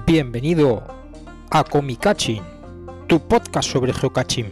Bienvenido a Comicaching, tu podcast sobre geocaching.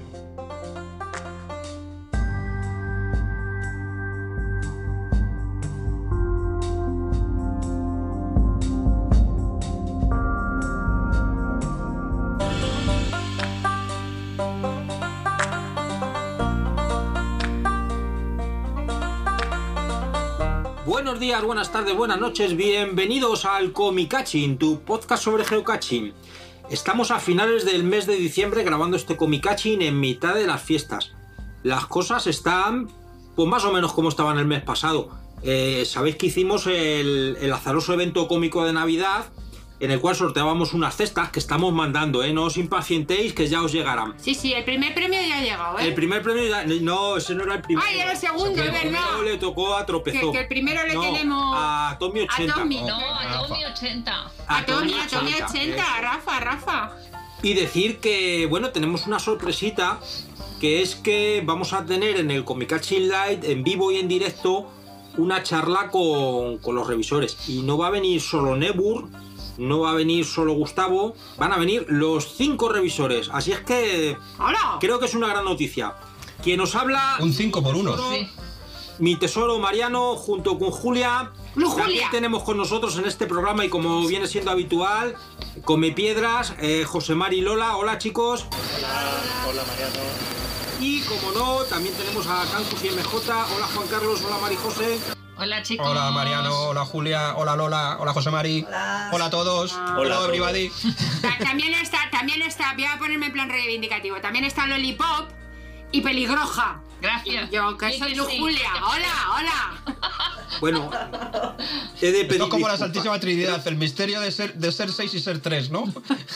Buenos días, buenas tardes, buenas noches, bienvenidos al Comicaching, tu podcast sobre geocaching. Estamos a finales del mes de diciembre grabando este Comicaching en mitad de las fiestas. Las cosas están pues más o menos como estaban el mes pasado. Sabéis que hicimos el azaroso evento cómico de Navidad, en el cual sorteábamos unas cestas que estamos mandando, no os impacientéis que ya os llegarán. Sí, el primer premio ya ha llegado, El primer premio ya... No, ese no era el primero. ¡Ay, era el segundo, es verdad! El primero le tocó a Tropezó. Que el primero le tenemos... a Tommy 80. A Tommy, a Tommy 80. A Tommy 80, Rafa. Y decir que, bueno, tenemos una sorpresita, que es que vamos a tener en el Comicaching Live, en vivo y en directo, una charla con los revisores. Y no va a venir solo Nebur, no va a venir solo Gustavo, van a venir los 5 revisores. Así es que ¡hola! Creo que es una gran noticia. Quien nos habla... Un 5 por 1. Sí. Mi tesoro Mariano, junto con Julia. También tenemos con nosotros en este programa, y como viene siendo habitual, Come Piedras, José Mari y Lola. Hola, chicos. Hola Mariano. Y como no, también tenemos a Cancus y MJ. Hola, Juan Carlos. Hola, Mari José. Hola, chicos. Hola Mariano, hola Julia, hola Lola, hola José Mari. Hola a todos. Hola everybody. También está, voy a ponerme en plan reivindicativo. También está Lollipop y Peligroja. Gracias. Yo, que soy Julia. Hola. Bueno, he de pedir Esto es como la disculpas. Santísima Trinidad, el misterio de ser 6 y ser 3, ¿no?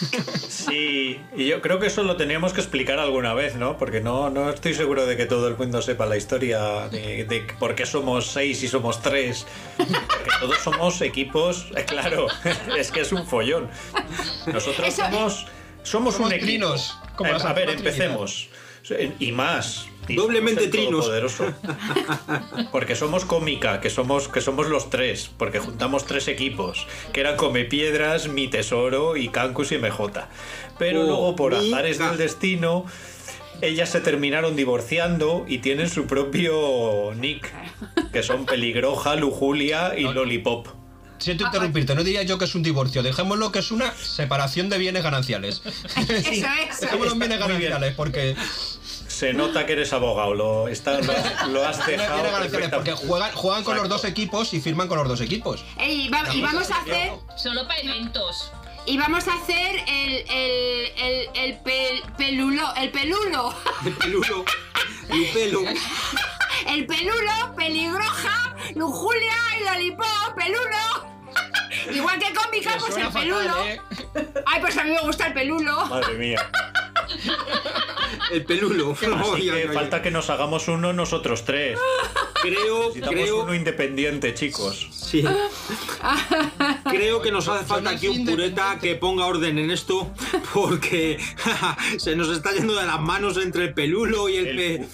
Sí, y yo creo que eso lo teníamos que explicar alguna vez, ¿no? Porque no estoy seguro de que todo el mundo sepa la historia de por qué somos 6 y somos 3. Porque todos somos equipos, claro, es que es un follón. Nosotros somos un equipo. trinos, como la A ver, Santísima Trinidad. empecemos. Y más. Y Doblemente somos el trinos. todopoderoso. Porque somos cómica, que somos los 3, porque juntamos 3 equipos, que eran Come Piedras, Mi Tesoro y Cancus y MJ. Pero luego, por azares del destino, ellas se terminaron divorciando y tienen su propio nick, que son Peligroja, Lujulia y Lollipop. Siento interrumpirte, no diría yo que es un divorcio, dejémoslo que es una separación de bienes gananciales. Eso es. Dejémoslo en bienes Muy bien. gananciales, porque... Se nota que eres abogado, lo has dejado Bienes gananciales, porque perfectamente. juegan con los Exacto. 2 equipos y firman con los 2 equipos. Y vamos a hacer... Solo para eventos. Y vamos a hacer el pelulo. El pelulo. El pelo. El pelulo, Peligroja, Lujulia y Lollipop, pelulo. Igual que cómica, pues el Suena pelulo. fatal, ¿eh? Ay, pues a mí me gusta el pelulo. Madre mía. El pelulo. Así Ay, que ay, ay. falta que nos hagamos uno nosotros 3. Necesitamos uno independiente, chicos. Sí. Creo que nos hace falta aquí un pureta que ponga orden en esto, porque se nos está yendo de las manos entre el pelulo y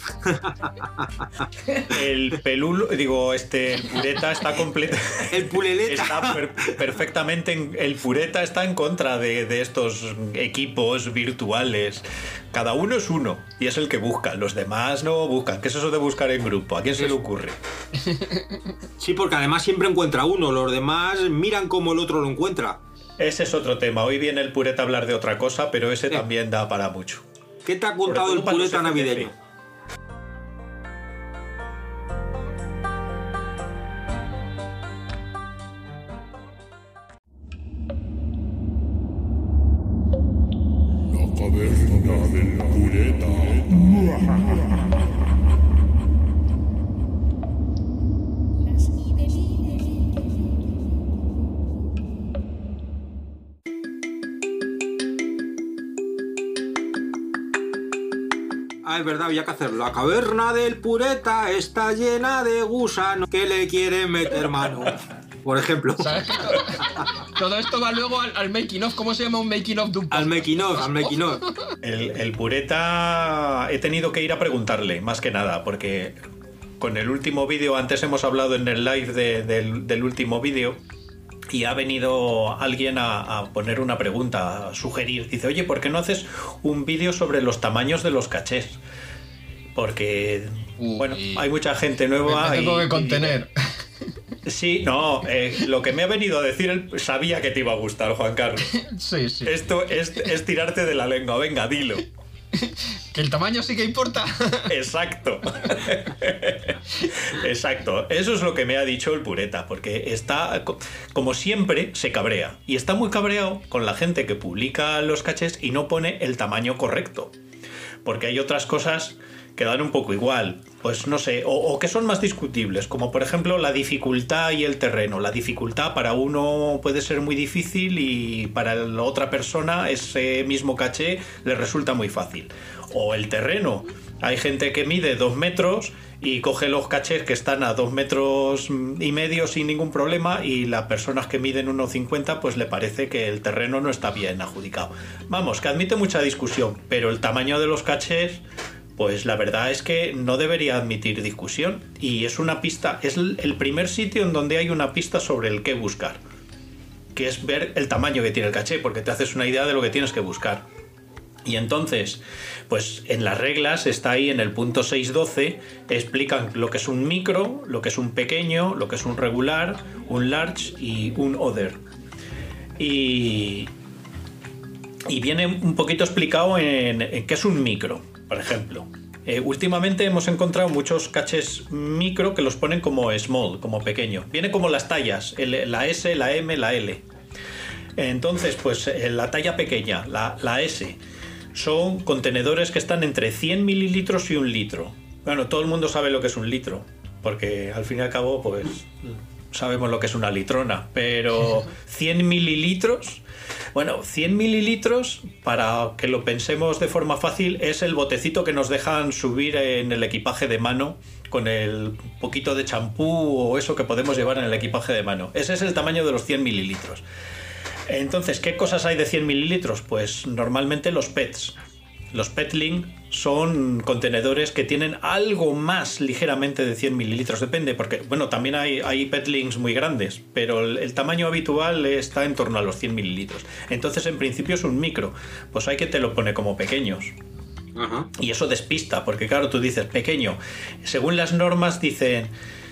El pelulo, digo, el pureta está completo. el puleleta. Está perfectamente. El pureta está en contra de estos equipos virtuales. Cada uno es uno y es el que busca. Los demás no buscan. ¿Qué es eso de buscar en grupo? ¿A quién se le ocurre? Sí, porque además siempre encuentra uno, los demás miran cómo el otro lo encuentra. Ese es otro tema. Hoy viene el pureta a hablar de otra cosa, pero ese también da para mucho. ¿Qué te ha Sobre contado todo el para los pureta FDF. navideño? La caverna del pureta. Ah, es verdad, había que hacerlo. La caverna del pureta está llena de gusanos que le quieren meter mano. Por ejemplo. ¿Sabes? Todo esto va luego al making of. ¿Cómo se llama un making of de un Al making of, al making of. El pureta he tenido que ir a preguntarle, más que nada, porque con el último vídeo, antes hemos hablado en el live del último vídeo, y ha venido alguien a poner una pregunta, a sugerir. Dice, oye, ¿por qué no haces un vídeo sobre los tamaños de los cachés? Porque, bueno, hay mucha gente nueva. Me tengo que contener. Sí, no, lo que me ha venido a decir, sabía que te iba a gustar, Juan Carlos. Sí, sí. Esto es tirarte de la lengua, venga, dilo. Que el tamaño sí que importa. Exacto. Exacto. Eso es lo que me ha dicho el Pureta, porque está, como siempre, se cabrea. Y está muy cabreado con la gente que publica los cachés y no pone el tamaño correcto. Porque hay otras cosas que dan un poco igual, pues no sé, o que son más discutibles, como por ejemplo la dificultad y el terreno. La dificultad para uno puede ser muy difícil y para la otra persona ese mismo caché le resulta muy fácil. O el terreno, hay gente que mide 2 metros y coge los cachés que están a 2 metros y medio sin ningún problema, y las personas que miden 1,50 pues le parece que el terreno no está bien adjudicado. Vamos, que admite mucha discusión, pero el tamaño de los cachés, pues la verdad es que no debería admitir discusión, y es una pista, es el primer sitio en donde hay una pista sobre el qué buscar, que es ver el tamaño que tiene el caché, porque te haces una idea de lo que tienes que buscar. Y entonces, pues en las reglas está ahí en el punto 6.12, explican lo que es un micro, lo que es un pequeño, lo que es un regular, un large y un other. Y viene un poquito explicado en qué es un micro. Por ejemplo, últimamente hemos encontrado muchos cachés micro que los ponen como small, como pequeño. Viene como las tallas, la S, la M, la L. Entonces, pues la talla pequeña, la S, son contenedores que están entre 100 mililitros y 1 litro. Bueno, todo el mundo sabe lo que es 1 litro, porque al fin y al cabo, pues sabemos lo que es una litrona, pero 100 mililitros... Bueno, 100 mililitros, para que lo pensemos de forma fácil, es el botecito que nos dejan subir en el equipaje de mano con el poquito de champú o eso que podemos llevar en el equipaje de mano. Ese es el tamaño de los 100 mililitros. Entonces, ¿qué cosas hay de 100 mililitros? Pues normalmente los PETs. Los PETLING son contenedores que tienen algo más ligeramente de 100 mililitros, depende, porque bueno, también hay PETLINGs muy grandes, pero el tamaño habitual está en torno a los 100 mililitros. Entonces, en principio es un micro, pues hay que te lo pone como pequeños. Ajá. Y eso despista, porque claro, tú dices pequeño. Según las normas dicen,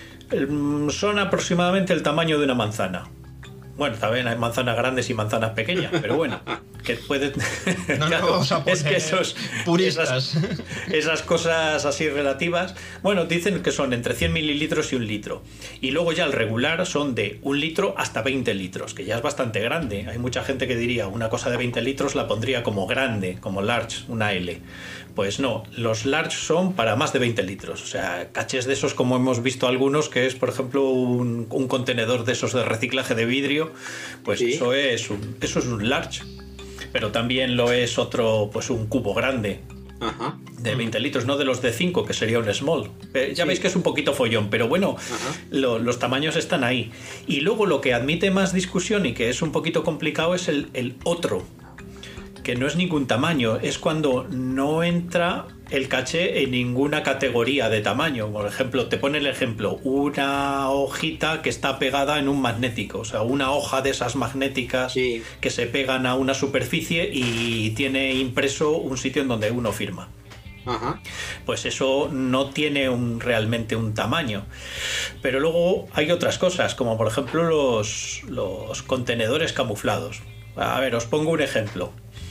son aproximadamente el tamaño de una manzana. Bueno, también hay manzanas grandes y manzanas pequeñas, pero bueno, que pueden... No, claro, vamos a poner es que puristas. Esas cosas así relativas, bueno, dicen que son entre 100 mililitros y 1 litro. Y luego ya el regular son de 1 litro hasta 20 litros, que ya es bastante grande. Hay mucha gente que diría, una cosa de 20 litros la pondría como grande, como large, una L. Pues no, los large son para más de 20 litros. O sea, cachés de esos como hemos visto algunos, que es, por ejemplo, un contenedor de esos de reciclaje de vidrio, pues ¿sí? Eso es un large. Pero también lo es otro, pues un cubo grande. Ajá. De 20 litros, no de los de 5, que sería un small. Ya sí. Veis que es un poquito follón, pero bueno, los tamaños están ahí. Y luego lo que admite más discusión y que es un poquito complicado es el otro, que no es ningún tamaño, es cuando no entra el caché en ninguna categoría de tamaño. Por ejemplo, te pone el ejemplo, una hojita que está pegada en un magnético, o sea, una hoja de esas magnéticas sí, que se pegan a una superficie y tiene impreso un sitio en donde uno firma. Ajá. Pues eso no tiene realmente un tamaño. Pero luego hay otras cosas, como por ejemplo los contenedores camuflados. A ver, os pongo un ejemplo.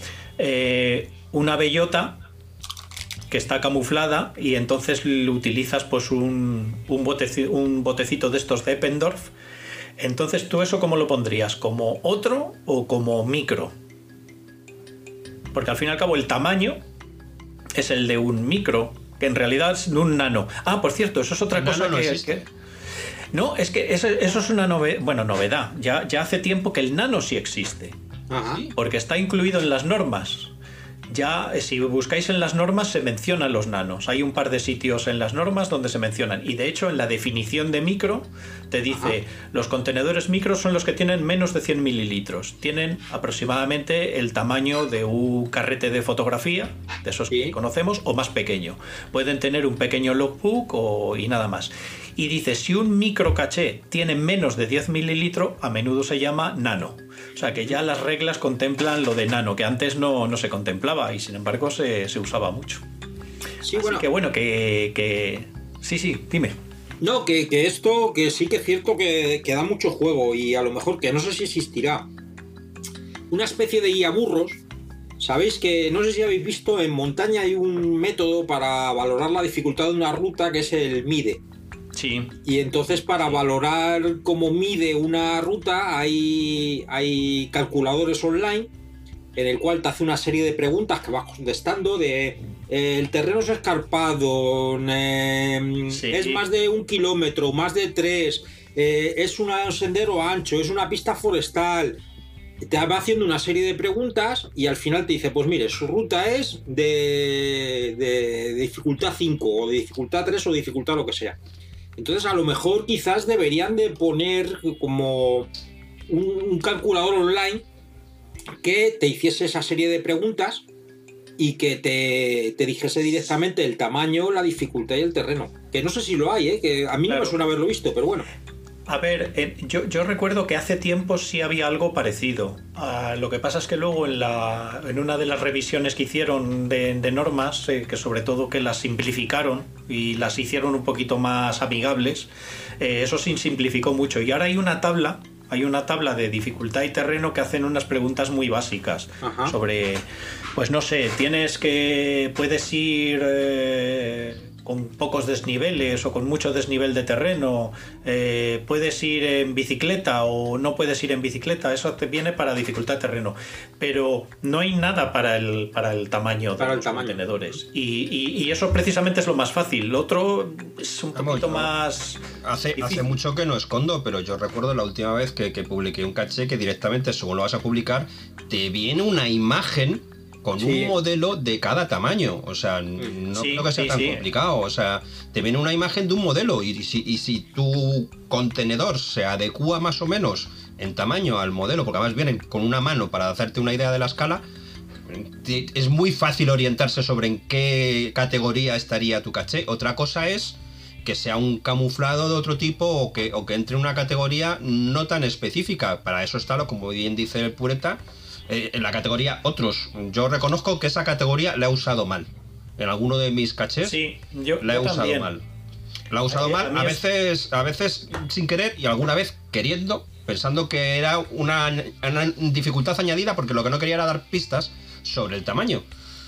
Una bellota que está camuflada y entonces lo utilizas pues un botecito de estos de Eppendorf. Entonces, ¿tú eso cómo lo pondrías? ¿Como otro o como micro? Porque al fin y al cabo el tamaño es el de un micro, que en realidad es de un nano. Ah, por cierto, eso es otra cosa no no, es que eso es una novedad. Ya hace tiempo que el nano sí existe. Ajá. Porque está incluido en las normas. ya si buscáis en las normas se mencionan los nanos. Hay un par de sitios en las normas donde se mencionan. Y de hecho en la definición de micro te dice, los contenedores micros son los que tienen menos de 100 mililitros. Tienen aproximadamente el tamaño de un carrete de fotografía, de esos que conocemos, o más pequeño. Pueden tener un pequeño logbook y nada más. Y dice, si un micro caché tiene menos de 10 mililitros, a menudo se llama nano. O sea que ya las reglas contemplan lo de nano, que antes no se contemplaba y sin embargo se usaba mucho. Sí, así que bueno, que... Sí, dime. No, que esto, que sí que es cierto que da mucho juego y a lo mejor que no sé si existirá una especie de guía burros. Sabéis que, no sé si habéis visto, en montaña hay un método para valorar la dificultad de una ruta que es el MIDE. Sí. Y entonces para valorar cómo mide una ruta hay calculadores online en el cual te hace una serie de preguntas que vas contestando de el terreno es escarpado, es más de 1 kilómetro, más de 3, es un sendero ancho, es una pista forestal. Te va haciendo una serie de preguntas y al final te dice, pues mire, su ruta es de dificultad 5 o de dificultad 3 o de dificultad lo que sea. Entonces a lo mejor quizás deberían de poner como un calculador online que te hiciese esa serie de preguntas y que te dijese directamente el tamaño, la dificultad y el terreno. Que no sé si lo hay, que a mí no me suena haberlo visto, pero bueno. A ver, yo recuerdo que hace tiempo sí había algo parecido. Lo que pasa es que luego en una de las revisiones que hicieron de normas, que sobre todo que las simplificaron y las hicieron un poquito más amigables, eso sí simplificó mucho. Y ahora hay una tabla de dificultad y terreno que hacen unas preguntas muy básicas sobre, pues no sé, puedes ir con pocos desniveles o con mucho desnivel de terreno, puedes ir en bicicleta o no puedes ir en bicicleta, eso te viene para dificultad de terreno, pero no hay nada para el tamaño de los contenedores y eso precisamente es lo más fácil. Lo otro es un poquito más hace mucho que no escondo, pero yo recuerdo la última vez que publiqué un caché que directamente según lo vas a publicar te viene una imagen con un modelo de cada tamaño. O sea, no creo que sea tan complicado. O sea, te viene una imagen de un modelo y si tu contenedor se adecúa más o menos en tamaño al modelo, porque además vienen con una mano para hacerte una idea de la escala, es muy fácil orientarse sobre en qué categoría estaría tu caché. Otra cosa es que sea un camuflado de otro tipo o que entre en una categoría no tan específica. Para eso está, como bien dice el Pureta, en la categoría otros. Yo reconozco que esa categoría la he usado mal. En alguno de mis cachés la he usado mal. La he usado mal, a veces sin querer y alguna vez queriendo, pensando que era una dificultad añadida porque lo que no quería era dar pistas sobre el tamaño.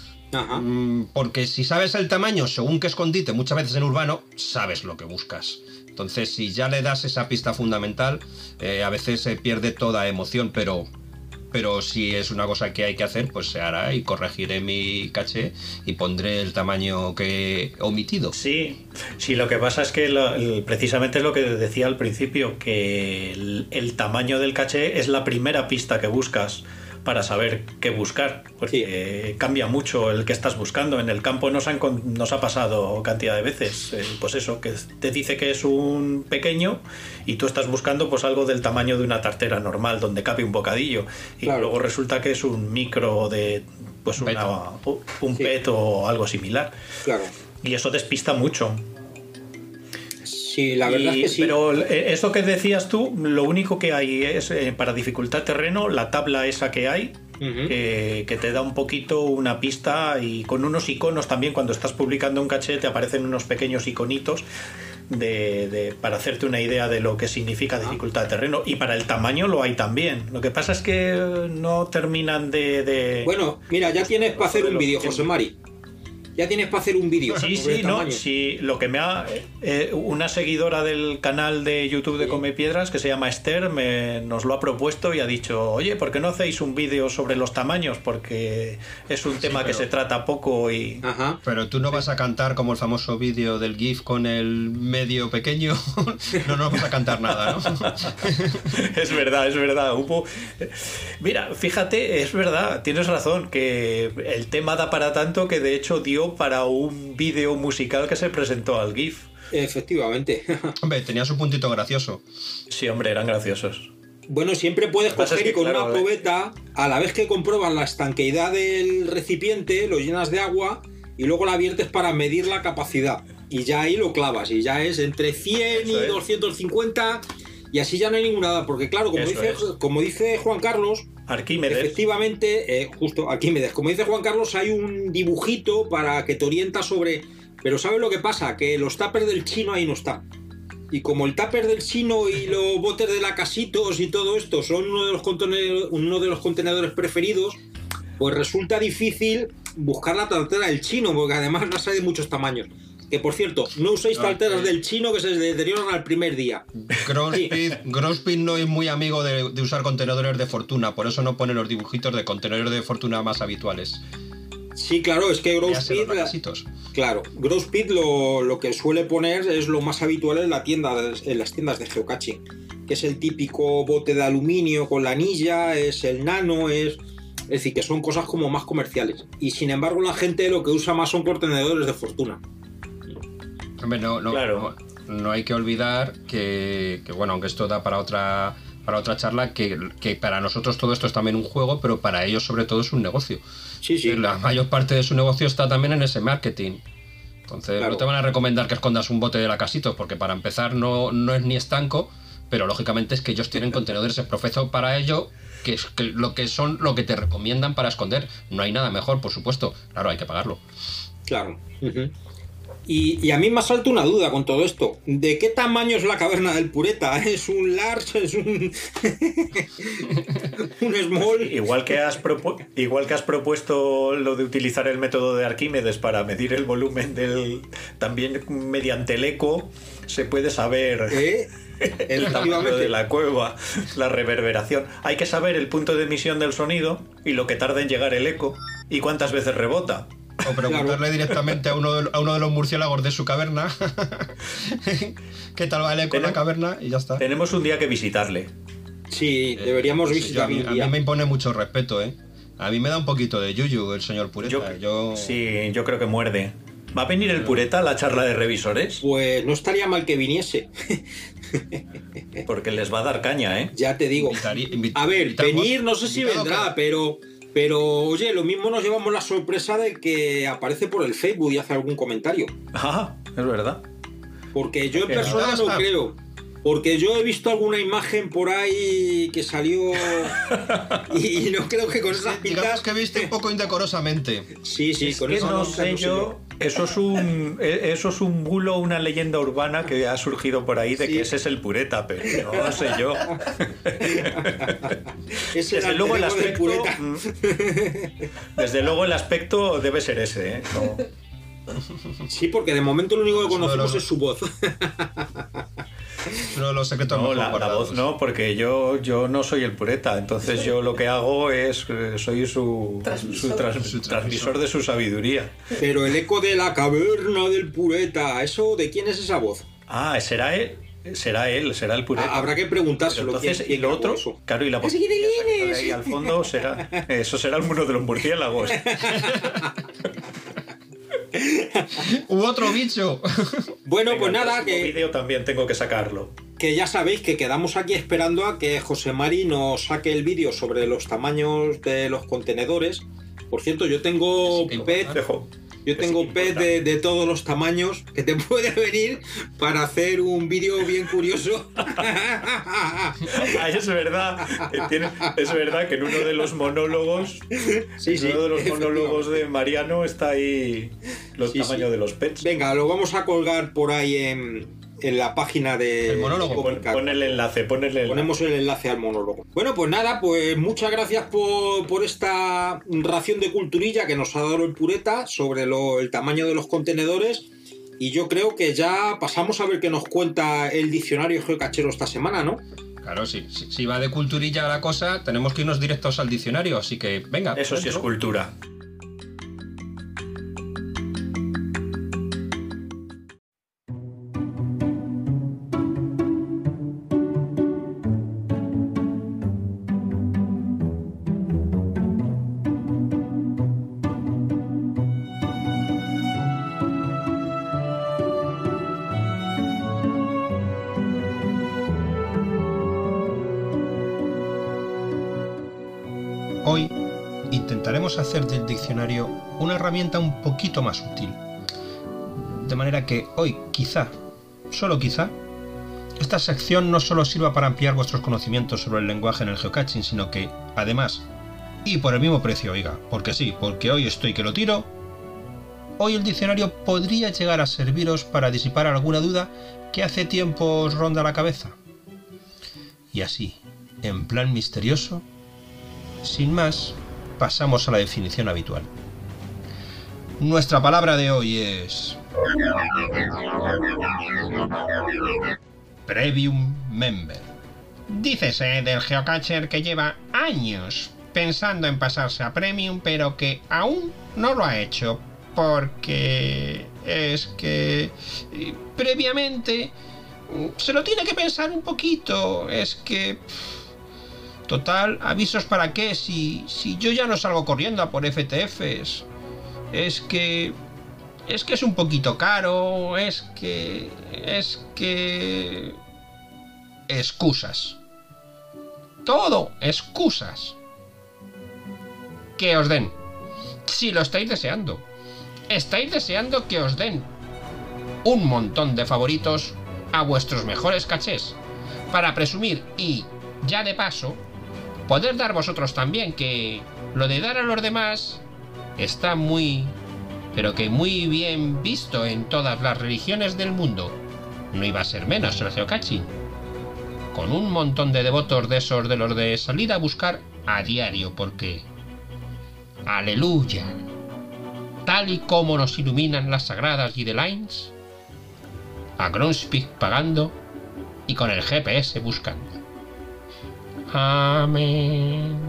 Porque si sabes el tamaño según qué escondite, muchas veces en urbano, sabes lo que buscas. Entonces si ya le das esa pista fundamental, a veces se pierde toda emoción, pero si es una cosa que hay que hacer, pues se hará y corregiré mi caché y pondré el tamaño que he omitido. Sí, lo que pasa es que precisamente es lo que decía al principio, que el tamaño del caché es la primera pista que buscas para saber qué buscar, porque cambia mucho el que estás buscando. En el campo nos ha pasado cantidad de veces, pues eso, que te dice que es un pequeño y tú estás buscando pues algo del tamaño de una tartera normal, donde cabe un bocadillo, y luego resulta que es un micro de pues un PET o algo similar. Y eso despista mucho. Sí, la verdad es que sí. Pero eso que decías tú, lo único que hay es para dificultad terreno, la tabla esa que hay, que te da un poquito una pista, y con unos iconos también. Cuando estás publicando un caché te aparecen unos pequeños iconitos para hacerte una idea de lo que significa dificultad de terreno, y para el tamaño lo hay también. Lo que pasa es que no terminan de... Bueno, mira, ya tienes para hacer un vídeo, José Mari. Ya tienes para hacer un vídeo. Sí, sobre sí, no, tamaño. sí, lo que me ha... una seguidora del canal de YouTube de Come Piedras, que se llama Esther, nos lo ha propuesto y ha dicho, oye, ¿por qué no hacéis un vídeo sobre los tamaños? Porque es un tema que se trata poco y... Ajá. Pero tú no vas a cantar como el famoso vídeo del GIF con el medio pequeño. No nos vas a cantar nada, ¿no? Es verdad, es verdad. Mira, fíjate, es verdad, tienes razón, que el tema da para tanto que de hecho dio para un vídeo musical que se presentó al GIF. Efectivamente. Hombre, tenía su puntito gracioso. Sí, hombre, eran graciosos. Bueno, siempre puedes Lo que pasa coger es y que, con claro, una probeta, a la vez que compruebas la estanqueidad del recipiente, lo llenas de agua y luego la viertes para medir la capacidad. Y ya ahí lo clavas, y ya es entre 100 Eso y es. 250, y así ya no hay ninguna edad, porque claro, Eso como dice Juan Carlos, Arquímedes. efectivamente, justo Arquímedes, como dice Juan Carlos, hay un dibujito para que te orienta sobre... Pero ¿sabes lo que pasa? Que los tuppers del chino ahí no están. Y como el tupper del chino y los botes de la Casitos y todo esto son uno de los contenedores preferidos, pues resulta difícil buscar la tartera del chino, porque además las hay de muchos tamaños. Que por cierto, no uséis tarteras del chino que se deterioran al primer día. Grospeed no es muy amigo de usar contenedores de fortuna, por eso no pone los dibujitos de contenedores de fortuna más habituales. Sí, claro, es que Grospeed Grospeed lo que suele poner es lo más habitual en las tiendas de geocaching, que es el típico bote de aluminio con la anilla, es el nano, es decir, que son cosas como más comerciales. Y sin embargo la gente lo que usa más son contenedores de fortuna. Hombre, Claro. no hay que olvidar que bueno, aunque esto da para otra charla, que para nosotros todo esto es también un juego, pero para ellos sobre todo es un negocio. Sí, sí. La mayor parte de su negocio está también en ese marketing. Entonces Claro. no te van a recomendar que escondas un bote de la Casitos, porque para empezar no es ni estanco, pero lógicamente es que ellos tienen contenedores profesos para ello, que lo que te recomiendan para esconder. No hay nada mejor, por supuesto. Claro, hay que pagarlo. Claro. Ujú. Y a mí me salta una duda con todo esto. ¿De qué tamaño es la caverna del Pureta? ¿Es un large? ¿Es un un small? Igual que has propuesto lo de utilizar el método de Arquímedes para medir el volumen también mediante el eco se puede saber el tamaño de la cueva, la reverberación. Hay que saber el punto de emisión del sonido y lo que tarda en llegar el eco y cuántas veces rebota. O preguntarle directamente a uno de los murciélagos de su caverna qué tal va el eco en la caverna y ya está. Tenemos un día que visitarle. Sí, deberíamos visitarlo un A día. mí me impone mucho respeto, ¿eh? A mí me da un poquito de yuyu el señor Pureta. Sí, yo creo que muerde. ¿Va a venir el Pureta a la charla de revisores? Pues no estaría mal que viniese. Porque les va a dar caña, ¿eh? Ya te digo. A ver, venir no sé si vendrá, pero oye, lo mismo nos llevamos la sorpresa de que aparece por el Facebook y hace algún comentario. Ah, es verdad. Porque yo en Que persona no no creo. Porque yo he visto alguna imagen por ahí que salió y no creo que con esas Digamos pintas... que viste un poco indecorosamente. Sí, Es con que esas no pintas sé yo. Eso es un bulo, una leyenda urbana que ha surgido por ahí de Sí. que ese es el Pureta, pero no sé yo. Ese era Desde luego el teléfono del aspecto. Pureta. Desde luego el aspecto debe ser ese, ¿eh? No. Sí, porque de momento lo único que Uno de conocemos los- es su voz. Es uno de los secretos No, mejor la guardados. voz no, porque yo no soy el Pureta, entonces yo lo que hago es soy su transmisor de su sabiduría. Pero el eco de la caverna del Pureta, ¿eso de quién es esa voz? Ah, será él, será el Pureta. Habrá que preguntárselo. Entonces, ¿quién y lo grabó otro, eso? claro, y la voz ahí al fondo será uno de los murciélagos. ¡U otro bicho! Bueno, Venga, pues el nada, próximo vídeo también tengo que sacarlo. que ya sabéis que quedamos aquí esperando a que José Mari nos saque el vídeo sobre los tamaños de los contenedores. Por cierto, yo tengo Sí, PET, Dejo. yo tengo Sí, PET importa. de todos los tamaños que te puede venir para hacer un vídeo bien curioso. Ah, es verdad. Es verdad que en uno de los monólogos, Sí, sí, uno de los efectivamente. monólogos de Mariano está ahí los Sí, tamaños sí. de los pets. Venga, lo vamos a colgar por ahí en la página de El monólogo. Pon el enlace, Ponemos el enlace al monólogo. Bueno, pues nada, pues muchas gracias por esta ración de culturilla que nos ha dado el Pureta sobre el tamaño de los contenedores. Y yo creo que ya pasamos a ver qué nos cuenta el diccionario geocachero esta semana, ¿no? Claro, si va de culturilla la cosa, tenemos que irnos directos al diccionario, así que venga. Eso sí es cultura. Hoy intentaremos hacer del diccionario una herramienta un poquito más útil. De manera que hoy, quizá, solo quizá, esta sección no solo sirva para ampliar vuestros conocimientos sobre el lenguaje en el geocaching, sino que, además, y por el mismo precio, oiga, porque sí, porque hoy estoy que lo tiro, hoy el diccionario podría llegar a serviros para disipar alguna duda que hace tiempo os ronda la cabeza. Y así, en plan misterioso, sin más, pasamos a la definición habitual. Nuestra palabra de hoy es... Premium Member. Dícese del geocacher que lleva años pensando en pasarse a Premium, pero que aún no lo ha hecho, porque es que previamente se lo tiene que pensar un poquito. Es que... Total, ¿avisos para qué? Si yo ya no salgo corriendo a por FTFs. Es que es un poquito caro. Es que... Excusas. Todo excusas. Que os den. Si lo estáis deseando. Estáis deseando que os den un montón de favoritos a vuestros mejores cachés. Para presumir y, ya de paso, poder dar vosotros también, que lo de dar a los demás está muy, pero que muy bien visto en todas las religiones del mundo. No iba a ser menos el geocaching. Con un montón de devotos de esos de los de salir a buscar a diario, porque... ¡Aleluya! Tal y como nos iluminan las sagradas Guidelines, a Groundspeak pagando y con el GPS buscando. Amén.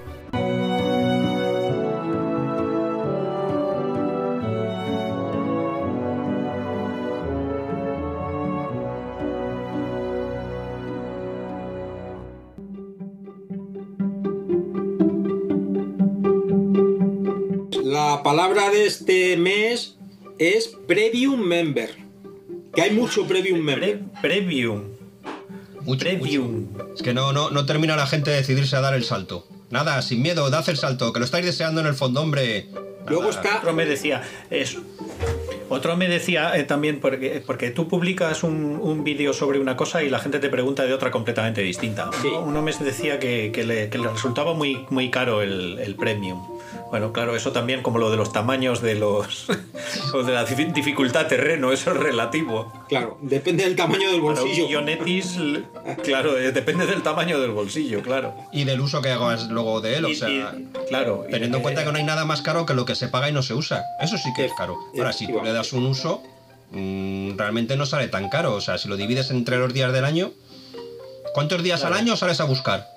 La palabra de este mes es Premium Member. Que hay mucho Premium Member. Premium. Mucho. Es que no termina la gente de decidirse a dar el salto. Nada, sin miedo, dad el salto, que lo estáis deseando en el fondo, hombre. Nada. Luego está... Otro me decía eso. Otro me decía también, porque tú publicas un vídeo sobre una cosa y la gente te pregunta de otra completamente distinta. Sí. Uno me decía que le resultaba muy caro el premium. Bueno, claro, eso también, como lo de los tamaños de los... o de la dificultad terreno, eso es relativo. Claro, depende del tamaño del bolsillo. Para un Ionetis, claro, depende del tamaño del bolsillo, claro. Y del uso que hagas luego de él, o sea... claro. Teniendo en cuenta que no hay nada más caro que lo que se paga y no se usa. Eso sí que es caro. Ahora, si tú le das un uso, realmente no sale tan caro. O sea, si lo divides entre los días del año... ¿Cuántos días al año sales a buscar?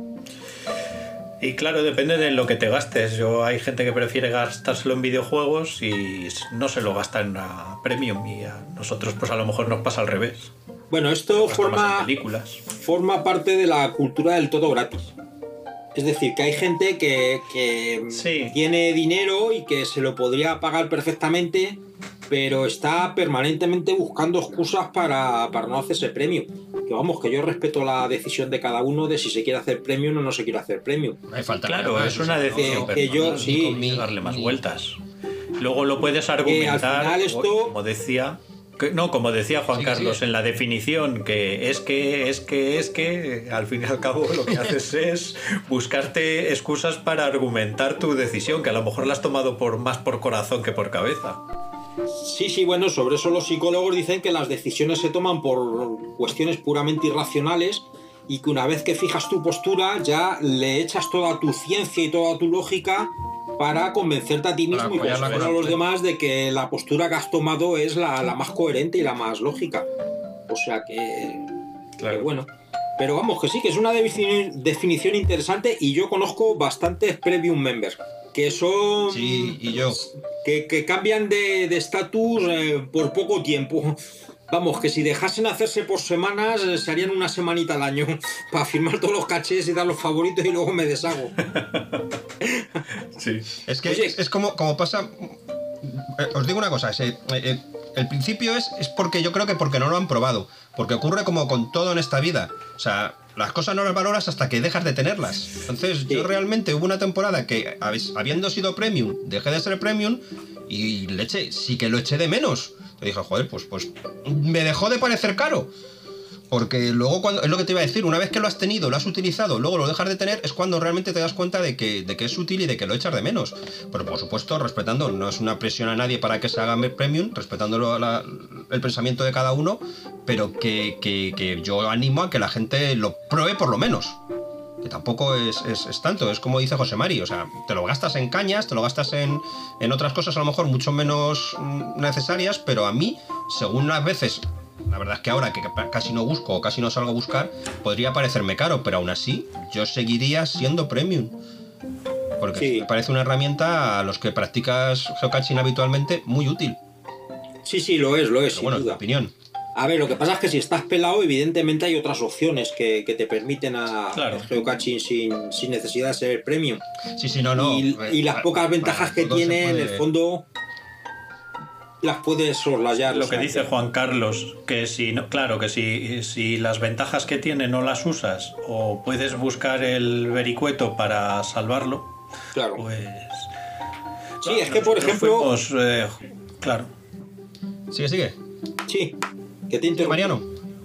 Y claro, depende de lo que te gastes. Hay gente que prefiere gastárselo en videojuegos y no se lo gasta en una premium, y a nosotros pues a lo mejor nos pasa al revés. Bueno, esto forma parte de la cultura del todo gratis. Es decir, que hay gente que sí, tiene dinero y que se lo podría pagar perfectamente, pero está permanentemente buscando excusas para no hacerse premium. Que vamos, que yo respeto la decisión de cada uno de si se quiere hacer premium o no se quiere hacer premium. No hay falta. Claro, es una decisión que yo sí darle más vueltas. Luego lo puedes argumentar, al final esto... como decía Juan Carlos, en la definición, que es que al fin y al cabo lo que haces es buscarte excusas para argumentar tu decisión, que a lo mejor la has tomado más por corazón que por cabeza. Sí, bueno, sobre eso los psicólogos dicen que las decisiones se toman por cuestiones puramente irracionales y que una vez que fijas tu postura ya le echas toda tu ciencia y toda tu lógica para convencerte a ti mismo y convencer a los demás de que la postura que has tomado es la más coherente y la más lógica. O sea que bueno. Pero vamos, que sí, que es una definición interesante y yo conozco bastantes premium members que son... Sí, y yo. Que cambian de estatus por poco tiempo. Vamos, que si dejasen hacerse por semanas, se harían una semanita al año para firmar todos los cachés y dar los favoritos y luego me deshago. Sí. Es que es como pasa... Os digo una cosa, el principio es porque yo creo que porque no lo han probado. Porque ocurre como con todo en esta vida. O sea, las cosas no las valoras hasta que dejas de tenerlas. Entonces, yo realmente hubo una temporada que, habiendo sido premium, dejé de ser premium y sí que lo eché de menos. Te dije, joder, pues me dejó de parecer caro. Porque luego, es lo que te iba a decir, una vez que lo has tenido, lo has utilizado, luego lo dejas de tener, es cuando realmente te das cuenta de que es útil y de que lo echas de menos. Pero por supuesto, respetando, no es una presión a nadie para que se haga premium, respetando el pensamiento de cada uno, pero que yo animo a que la gente lo pruebe por lo menos. Que tampoco es tanto, es como dice José Mari, o sea, te lo gastas en cañas, te lo gastas en otras cosas a lo mejor mucho menos necesarias, pero a mí, según las veces... La verdad es que ahora que casi no busco o casi no salgo a buscar, podría parecerme caro, pero aún así yo seguiría siendo premium. Porque sí, me parece una herramienta a los que practicas geocaching habitualmente muy útil. Sí, lo es, pero bueno, es mi opinión. A ver, lo que pasa es que si estás pelado, evidentemente hay otras opciones que te permiten a geocaching sin necesidad de ser premium. Sí, no. Y las pocas ventajas que tiene, en el fondo... las puedes soslayar. Lo que dice Juan Carlos, que si las ventajas que tiene no las usas o puedes buscar el vericueto para salvarlo, claro. Pues... Sí, es que por ejemplo... claro. Sigue. Sí, que te interrumpo. Mariano.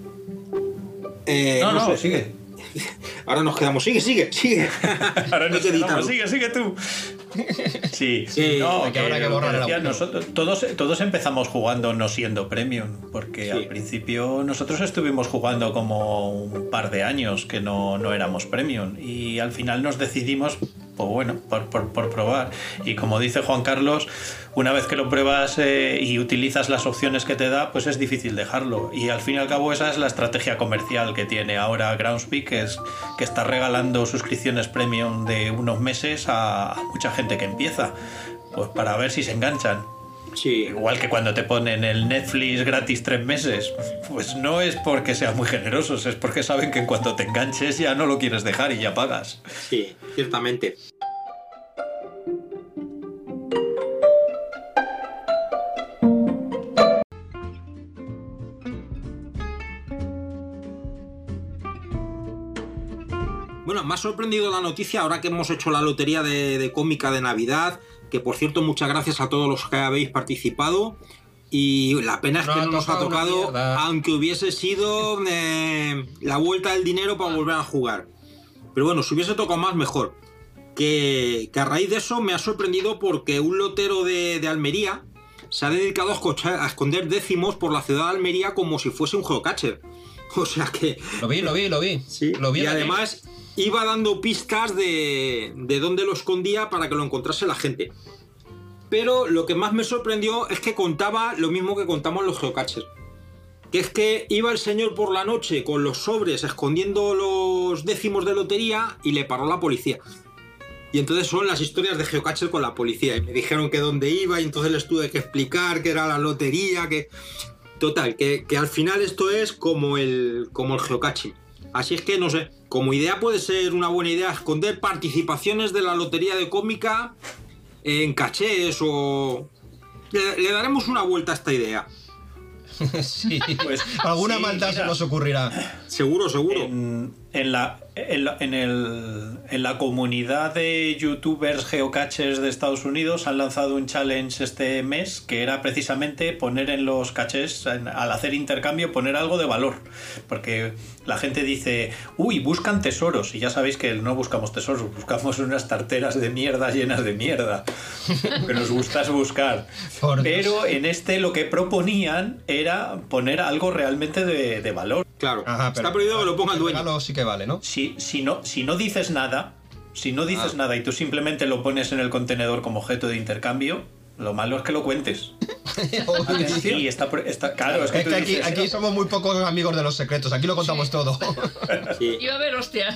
No, sé. Sigue. Ahora nos quedamos. Sigue. Ahora nos quedamos. Sigue tú. Sí, no, que habrá que borrar nosotros todos empezamos jugando no siendo premium, porque al principio nosotros estuvimos jugando como un par de años que no éramos premium y al final nos decidimos, pues bueno, por probar. Y como dice Juan Carlos, una vez que lo pruebas y utilizas las opciones que te da, pues es difícil dejarlo. Y al fin y al cabo esa es la estrategia comercial que tiene ahora Groundspeak, que está regalando suscripciones premium de unos meses a mucha gente que empieza, pues para ver si se enganchan. Sí. Igual que cuando te ponen el Netflix gratis 3 meses, pues no es porque sean muy generosos, es porque saben que en cuanto te enganches ya no lo quieres dejar y ya pagas. Sí, ciertamente. Bueno, me ha sorprendido la noticia ahora que hemos hecho la lotería de cómica de Navidad, que por cierto muchas gracias a todos los que habéis participado y la pena es que no nos ha tocado, aunque hubiese sido la vuelta del dinero para volver a jugar. Pero bueno, si hubiese tocado más, mejor. Que a raíz de eso me ha sorprendido porque un lotero de Almería se ha dedicado a esconder décimos por la ciudad de Almería como si fuese un geocacher. O sea que... Lo vi. Sí. Lo vi y además iba dando pistas de dónde lo escondía para que lo encontrase la gente. Pero lo que más me sorprendió es que contaba lo mismo que contamos los geocachers. Que es que iba el señor por la noche con los sobres escondiendo los décimos de lotería y le paró la policía. Y entonces son las historias de geocacher con la policía. Y me dijeron que dónde iba y entonces les tuve que explicar que era la lotería, que... Total, que al final esto es como el geocaching. Así es que, no sé, como idea puede ser una buena idea esconder participaciones de la lotería de cómica en cachés o... Le daremos una vuelta a esta idea. Sí, pues alguna maldad se nos ocurrirá. Seguro. En en la comunidad de youtubers geocachers de Estados Unidos han lanzado un challenge este mes que era precisamente poner en los caches, al hacer intercambio, poner algo de valor. Porque la gente dice, uy, buscan tesoros. Y ya sabéis que no buscamos tesoros, buscamos unas tarteras de mierda llenas de mierda. Que nos gusta es buscar. Pero en este lo que proponían era poner algo realmente de valor. Claro, Ajá, pero está prohibido que lo ponga el el dueño. regalo sí que vale, ¿no? Si no dices nada, nada y tú simplemente lo pones en el contenedor como objeto de intercambio, lo malo es que lo cuentes. Sí, claro, es que tú dices, aquí somos muy pocos amigos de los secretos, aquí lo contamos todo. Sí. Iba a haber hostia.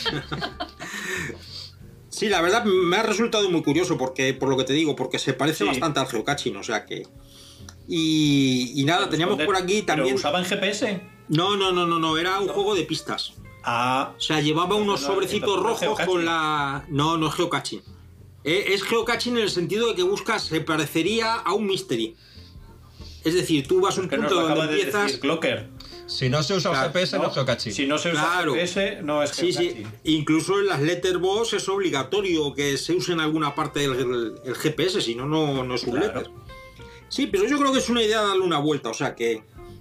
Sí, la verdad me ha resultado muy curioso porque, por lo que te digo, porque se parece Sí. bastante al geocaching, o sea que... Y nada, teníamos por aquí también... ¿Pero usaban GPS? No, era un juego de pistas. Ah, O sea, llevaba unos sobrecitos entonces no es rojos geocaching. con la... No es geocaching. Es geocaching en el sentido de que buscas, se parecería a un mystery. Es decir, tú vas a un que nos punto lo acaba donde de empiezas... decir Clocker. Si no se usa Claro, un GPS, no es geocaching. Si no se usa Claro. GPS, no es Sí, geocaching. incluso en las letterbox es obligatorio que se use en alguna parte el GPS, si no, no es un Claro. letter. Sí, pero yo creo que es una idea darle una vuelta, o sea que...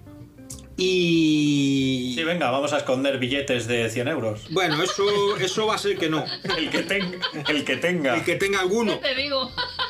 Y... Sí, venga, vamos a esconder billetes de 100 euros. Bueno, eso va a ser que no. El que tenga. El que tenga alguno. Te digo.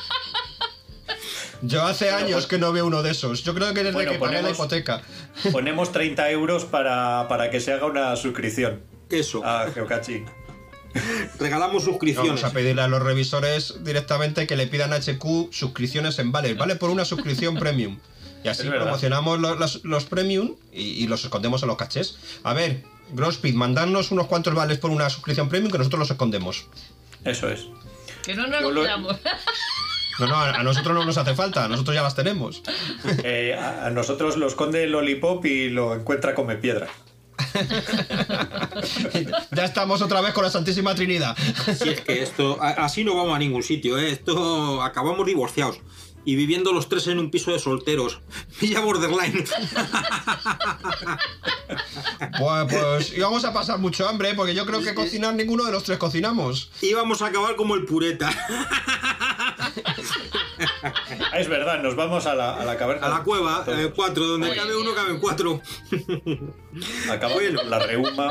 Yo hace años que no veo uno de esos. Yo creo que desde Bueno, que pagué la ponemos- hipoteca. Ponemos 30 euros para que se haga una suscripción Eso. a geocaching. Regalamos suscripciones. Vamos a pedirle a los revisores directamente que le pidan a HQ suscripciones en vales. Vale por una suscripción premium. Y así Es verdad. promocionamos los premium y los escondemos en los cachés. A ver, Grospeed, mandadnos unos cuantos vales por una suscripción premium que nosotros los escondemos. Eso es. Que no nos Yo lo lo- quedamos. No, a nosotros no nos hace falta, nosotros ya las tenemos. A nosotros lo esconde el Lollipop y lo encuentra come piedra. Ya estamos otra vez con la Santísima Trinidad. Si es que esto... Así no vamos a ningún sitio, ¿eh? Esto... Acabamos divorciados. Y viviendo los tres en un piso de solteros. Villa Borderline. Pues íbamos a pasar mucho hambre, porque yo creo que cocinar ninguno de los tres cocinamos. Íbamos a acabar como el pureta. Ah, es verdad, nos vamos a la caverna. A la cueva, Todos. 4. Donde Oye, cabe uno, caben 4. Acabamos con la reuma.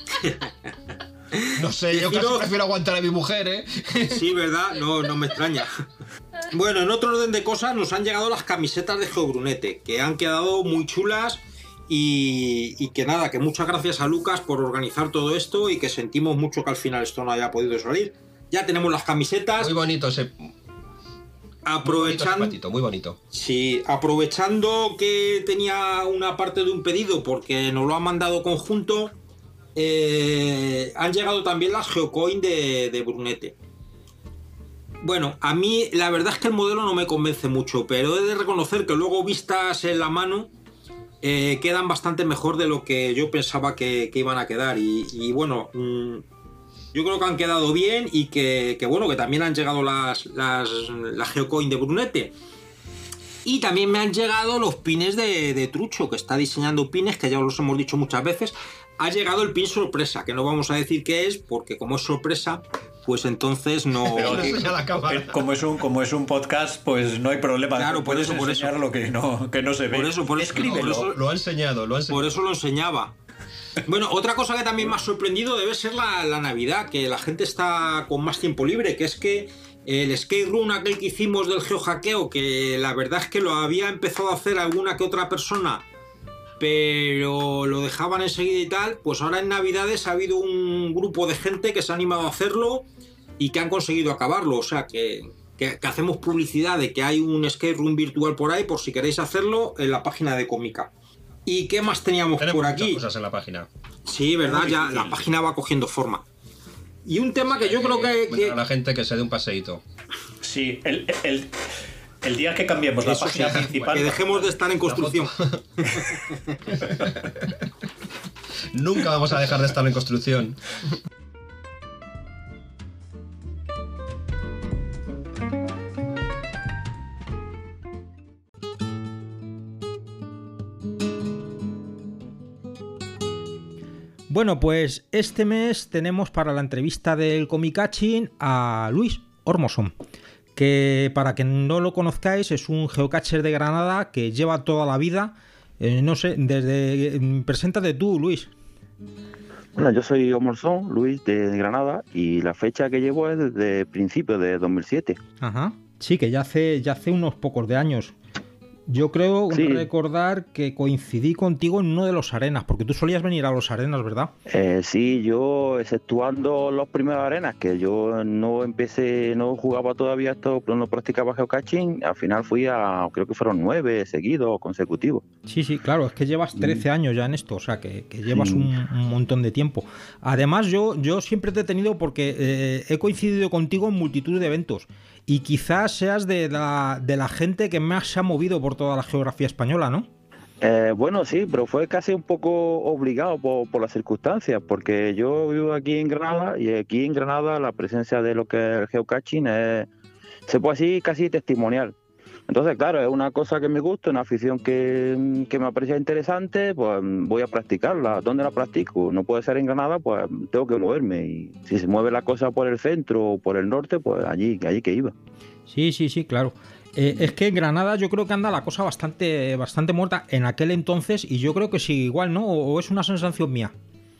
No sé, yo casi Deciros- prefiero aguantar a mi mujer, ¿eh? Sí, ¿verdad? No me extraña. Bueno, en otro orden de cosas nos han llegado las camisetas de Geobrunete, que han quedado muy chulas y que nada, que muchas gracias a Lucas por organizar todo esto y que sentimos mucho que al final esto no haya podido salir. Ya tenemos las camisetas, Muy bonito ese. aprovechando... Muy bonito. Sí, aprovechando que tenía una parte de un pedido porque nos lo han mandado conjunto, han llegado también las Geocoin de Brunete. Bueno, a mí la verdad es que el modelo no me convence mucho, pero he de reconocer que luego vistas en la mano quedan bastante mejor de lo que yo pensaba que iban a quedar. Y bueno, yo creo que han quedado bien y que bueno, que también han llegado las Geocoin de Brunete. Y también me han llegado los pines de Trucho, que está diseñando pines, que ya os los hemos dicho muchas veces. Ha llegado el pin sorpresa, que no vamos a decir qué es, porque como es sorpresa, pues entonces no... Pero No enseña la cámara. como es un podcast, pues no hay problema. Claro, por Puedes eso, por enseñar lo que no se ve. Por eso, Escríbelo. por eso- Lo ha enseñado, Por eso lo enseñaba. Bueno, otra cosa que también me ha sorprendido debe ser la Navidad, que la gente está con más tiempo libre, que es que el skate room aquel que hicimos del geohackeo, que la verdad es que lo había empezado a hacer alguna que otra persona, pero lo dejaban enseguida y tal, pues ahora en Navidades ha habido un grupo de gente que se ha animado a hacerlo y que han conseguido acabarlo, o sea que hacemos publicidad de que hay un skate room virtual por ahí, por si queréis hacerlo, en la página de Cómica. ¿Y qué más teníamos Tenemos por muchas aquí? cosas en la página. Sí, verdad, Muy ya difícil. la página va cogiendo forma. Y un tema que yo creo que... A la gente que se dé un paseíto. Sí, el día que cambiemos la Eso página sí, principal. que dejemos de estar en construcción. Nunca vamos a dejar de estar en construcción. Bueno, pues este mes tenemos para la entrevista del Comicaching a Luis Ormosson, que para que no lo conozcáis es un geocacher de Granada que lleva toda la vida, no sé, preséntate tú, Luis. Hola, yo soy Ormosson, Luis de Granada, y la fecha que llevo es desde principios de 2007. Ajá, sí, que ya hace unos pocos de años. Yo creo recordar que coincidí contigo en uno de los arenas, porque tú solías venir a los arenas, ¿verdad? Sí, yo exceptuando los primeros arenas, que yo no jugaba todavía esto, no practicaba geocaching, al final fui creo que fueron 9 seguidos, consecutivos. Sí, claro, es que llevas 13 años ya en esto, o sea, que llevas un montón de tiempo. Además, yo siempre te he tenido porque he coincidido contigo en multitud de eventos. Y quizás seas de la gente que más se ha movido por toda la geografía española, ¿no? Bueno, sí, pero fue casi un poco obligado por las circunstancias, porque yo vivo aquí en Granada, y aquí en Granada la presencia de lo que es el geocaching se puede decir casi testimonial. Entonces, claro, es una cosa que me gusta, una afición que me parece interesante, pues voy a practicarla. ¿Dónde la practico? No puede ser en Granada, pues tengo que moverme. Y si se mueve la cosa por el centro o por el norte, pues allí que iba. Sí, claro. Es que en Granada yo creo que anda la cosa bastante muerta en aquel entonces, y yo creo que sí, igual, ¿no? ¿O es una sensación mía?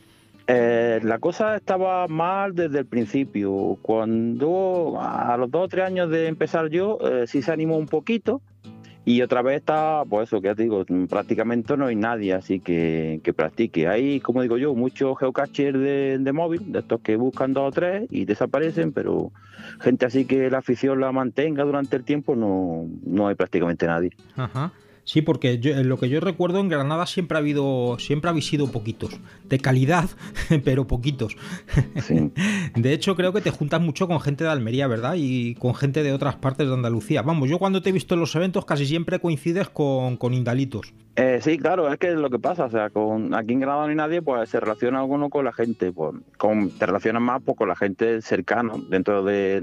La cosa estaba mal desde el principio. Cuando a los 2 o 3 años de empezar yo, sí se animó un poquito, y otra vez está, pues eso que ya te digo, prácticamente no hay nadie así que practique. Hay, como digo yo, muchos geocachers de móvil, de estos que buscan 2 o 3 y desaparecen, pero gente así que la afición la mantenga durante el tiempo no hay prácticamente nadie. Ajá. Sí, porque lo que yo recuerdo en Granada siempre habéis sido poquitos, de calidad, pero poquitos. Sí. De hecho, creo que te juntas mucho con gente de Almería, ¿verdad? Y con gente de otras partes de Andalucía. Vamos, yo cuando te he visto en los eventos casi siempre coincides con indalitos. Sí, claro, es que es lo que pasa, o sea, aquí en Granada no hay nadie, pues se relaciona uno con la gente, pues te relacionas más pues, con la gente cercana, dentro de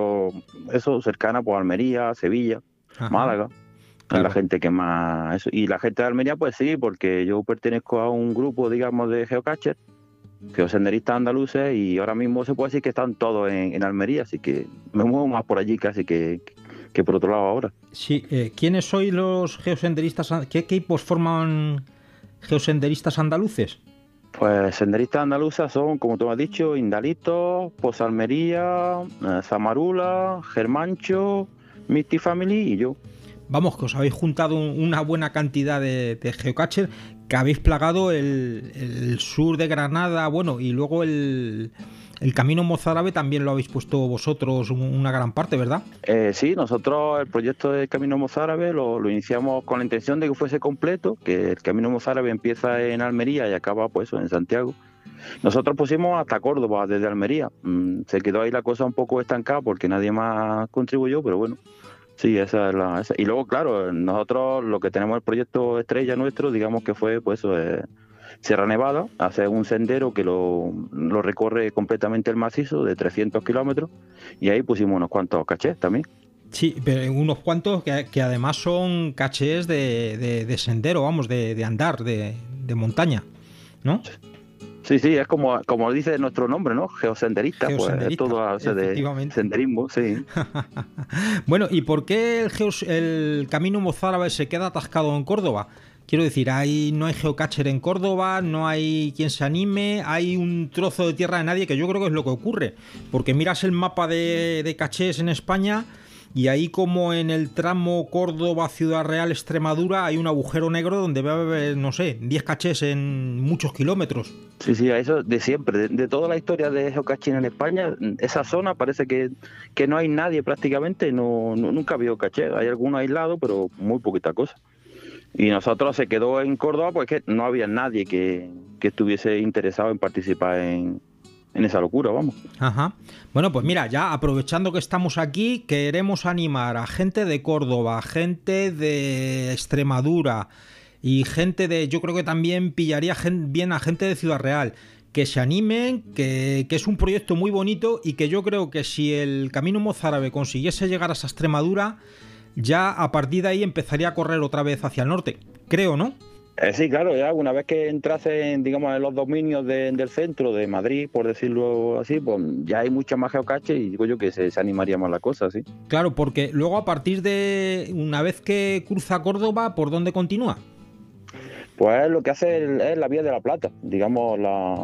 eso cercana, pues Almería, Sevilla, Ajá. Málaga. Claro. La gente que más eso. Y la gente de Almería, pues sí, porque yo pertenezco a un grupo, digamos, de geocachers, geosenderistas andaluces, y ahora mismo se puede decir que están todos en Almería, así que me muevo más por allí casi que por otro lado ahora. Sí, ¿quiénes sois los geosenderistas? ¿Qué equipos forman geosenderistas andaluces? Pues senderistas andaluces son, como tú has dicho, Indalitos, Posalmería, Zamarula, Germancho, Misty Family y yo. Vamos, que os habéis juntado una buena cantidad de geocachers, que habéis plagado el sur de Granada, bueno, y luego el Camino Mozárabe también lo habéis puesto vosotros una gran parte, ¿verdad? Sí, nosotros el proyecto del Camino Mozárabe lo iniciamos con la intención de que fuese completo, que el Camino Mozárabe empieza en Almería y acaba pues en Santiago. Nosotros pusimos hasta Córdoba desde Almería. Se quedó ahí la cosa un poco estancada porque nadie más contribuyó, pero bueno. Sí, esa es esa. Y luego, claro, nosotros lo que tenemos el proyecto estrella nuestro, digamos que fue pues Sierra Nevada, hacer un sendero que lo recorre completamente el macizo de 300 kilómetros, y ahí pusimos unos cuantos cachés también. Sí, pero unos cuantos que además son cachés de sendero, vamos, de andar, de montaña, ¿no? Sí, es como dice nuestro nombre, ¿no? Geosenderista, pues es todo de senderismo, sí. Bueno, ¿y por qué el Camino Mozárabe se queda atascado en Córdoba? Quiero decir, no hay geocacher en Córdoba, no hay quien se anime, hay un trozo de tierra de nadie, que yo creo que es lo que ocurre. Porque miras el mapa de cachés en España, y ahí como en el tramo Córdoba-Ciudad Real-Extremadura hay un agujero negro donde va a haber, no sé, 10 cachés en muchos kilómetros. Sí, eso de siempre, de toda la historia de geocaching en España, esa zona parece que no hay nadie prácticamente, nunca ha habido caché, hay algunos aislados, pero muy poquita cosa. Y nosotros se quedó en Córdoba porque no había nadie que estuviese interesado en participar en esa locura, vamos. Ajá. Bueno, pues mira, ya aprovechando que estamos aquí, queremos animar a gente de Córdoba, gente de Extremadura y gente yo creo que también pillaría bien a gente de Ciudad Real, que se animen, que es un proyecto muy bonito, y que yo creo que si el Camino Mozárabe consiguiese llegar a esa Extremadura, ya a partir de ahí empezaría a correr otra vez hacia el norte. Creo, ¿no? Sí, claro, ya una vez que entras digamos, en los dominios del centro de Madrid, por decirlo así, pues ya hay mucha más geocache y digo yo que se animaría más la cosa, sí. Claro, porque luego a partir de una vez que cruza Córdoba, ¿por dónde continúa? Pues lo que hace es la Vía de la Plata, digamos,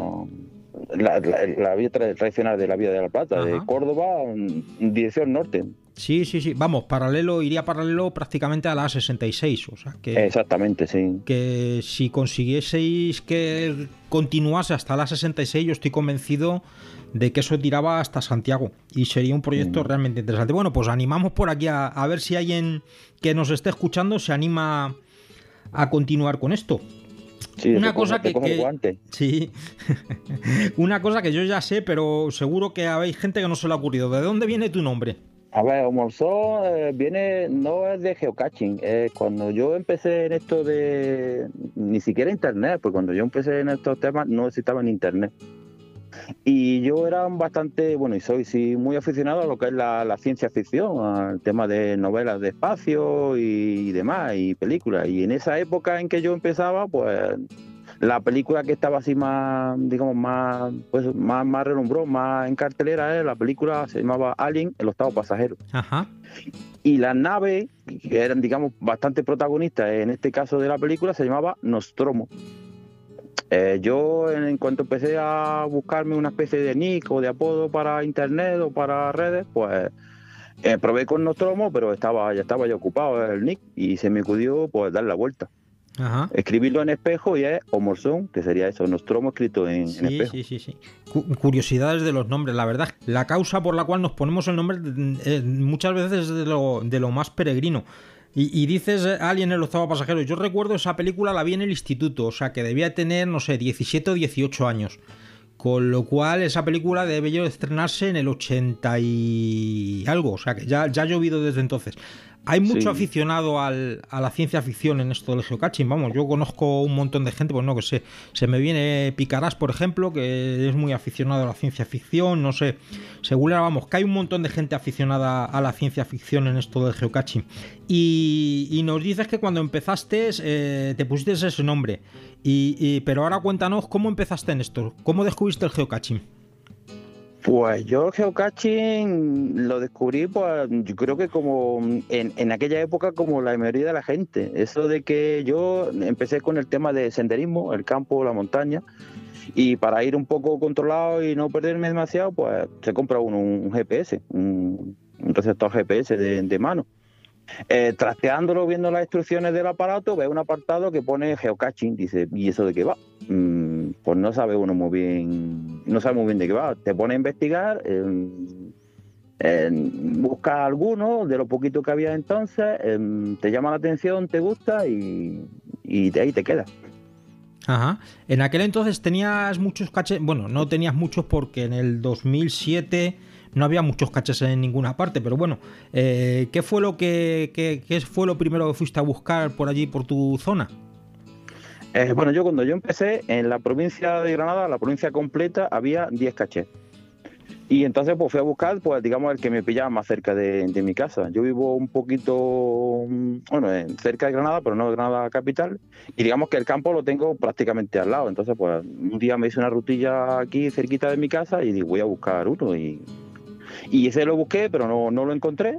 la vía tradicional de la Vía de la Plata, Ajá. de Córdoba en dirección norte. Sí. Vamos, iría paralelo prácticamente a la A66, o sea Exactamente, sí. que si consiguieseis que continuase hasta la A66, yo estoy convencido de que eso tiraba hasta Santiago y sería un proyecto realmente interesante. Bueno, pues animamos por aquí a ver si alguien que nos esté escuchando se anima a continuar con esto. Sí, Una cosa te coge el guante. sí, una cosa que yo ya sé, pero seguro que habéis gente que no se le ha ocurrido. ¿De dónde viene tu nombre? A ver, Omorzón no es de geocaching. Cuando yo empecé en esto ni siquiera internet, porque cuando yo empecé en estos temas no existaba en internet. Y yo era bastante, bueno, y soy sí muy aficionado a lo que es la ciencia ficción, al tema de novelas de espacio y demás, y películas. Y en esa época en que yo empezaba, pues la película que estaba así más, digamos, más relumbró, más en cartelera, la película se llamaba Alien, el octavo pasajero. Ajá. Y las naves, que eran, digamos, bastante protagonistas en este caso de la película, se llamaba Nostromo. Yo, en cuanto empecé a buscarme una especie de nick o de apodo para internet o para redes, pues probé con Nostromo, pero ya estaba ya ocupado el nick y se me ocurrió pues dar la vuelta. Ajá. Escribirlo en espejo y es Omorzón, que sería eso, Nostromo escrito en espejo. Sí. Curiosidades de los nombres, la verdad. La causa por la cual nos ponemos el nombre muchas veces es de lo más peregrino. Y dices Alien el octavo pasajero. Yo recuerdo esa película, la vi en el instituto, o sea que debía tener, no sé, 17 o 18 años. Con lo cual esa película debió estrenarse en el 80 y algo, o sea que ya ha llovido desde entonces. Hay mucho aficionado a la ciencia ficción en esto del geocaching, vamos, yo conozco un montón de gente, pues no que sé, se me viene Picarás, por ejemplo, que es muy aficionado a la ciencia ficción, no sé, según vamos, que hay un montón de gente aficionada a la ciencia ficción en esto del geocaching. Y nos dices que cuando empezaste te pusiste ese nombre, pero ahora cuéntanos cómo empezaste en esto, cómo descubriste el geocaching. Pues yo el geocaching lo descubrí, pues yo creo que como en aquella época como la mayoría de la gente. Eso de que yo empecé con el tema de senderismo, el campo, la montaña, y para ir un poco controlado y no perderme demasiado, pues se compra uno un GPS, un receptor GPS de mano. Trasteándolo, viendo las instrucciones del aparato, ve un apartado que pone geocaching, dice, ¿y eso de qué va? Pues no sabe uno muy bien, no sabe muy bien de qué va. Te pone a investigar, busca alguno de lo poquito que había entonces, te llama la atención, te gusta y de ahí te quedas. Ajá. En aquel entonces tenías muchos caches, bueno, no tenías muchos porque en el 2007 no había muchos caches en ninguna parte, pero bueno, ¿qué fue lo qué fue lo primero que fuiste a buscar por allí, por tu zona? Bueno, cuando yo empecé en la provincia de Granada, la provincia completa, había 10 cachés. Y entonces pues fui a buscar, pues digamos, el que me pillaba más cerca de mi casa. Yo vivo un poquito, bueno, cerca de Granada, pero no de Granada capital. Y digamos que el campo lo tengo prácticamente al lado. Entonces pues un día me hice una rutilla aquí cerquita de mi casa y digo, voy a buscar uno. Y ese lo busqué, pero no lo encontré.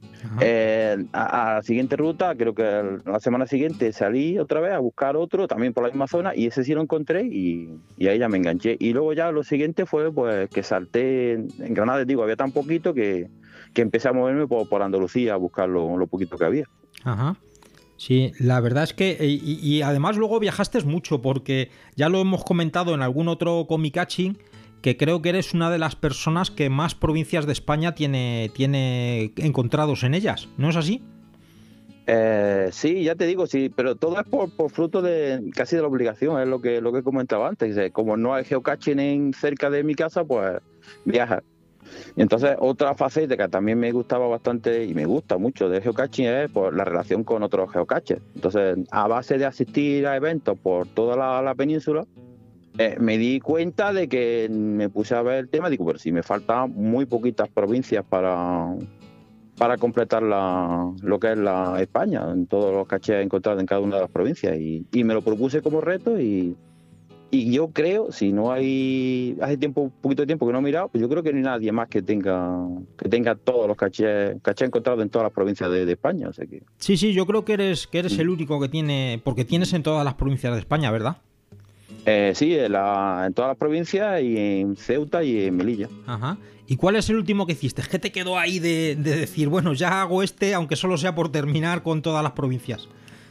A la siguiente ruta, creo que la semana siguiente salí otra vez a buscar otro, también por la misma zona, y ese sí lo encontré y ahí ya me enganché. Y luego ya lo siguiente fue pues que salté en Granada, digo, había tan poquito que empecé a moverme por Andalucía a buscar lo poquito que había. Ajá. Sí, la verdad es que y además luego viajaste mucho, porque ya lo hemos comentado en algún otro Comicaching, que creo que eres una de las personas que más provincias de España tiene encontrados en ellas, ¿no es así? Sí, ya te digo, sí, pero todo es por fruto de casi de la obligación, es lo que comentaba antes. Como no hay geocaching cerca de mi casa, pues viaja. Y entonces otra faceta que también me gustaba bastante y me gusta mucho de geocaching es pues, la relación con otros geocaches. Entonces, a base de asistir a eventos por toda la península, me di cuenta de que me puse a ver el tema, digo, pero si me faltan muy poquitas provincias para para completar lo que es la España, en todos los cachés encontrados en cada una de las provincias. Y me lo propuse como reto y yo creo, si no hay... Hace un poquito de tiempo que no he mirado, pues yo creo que no hay nadie más que tenga todos los cachés encontrados en todas las provincias de España. O sea que... Sí, yo creo que eres el único que tiene, porque tienes en todas las provincias de España, ¿verdad? Sí, en todas las provincias y en Ceuta y en Melilla. Ajá. ¿Y cuál es el último que hiciste? Es que te quedó ahí de decir, bueno, ya hago aunque solo sea por terminar con todas las provincias.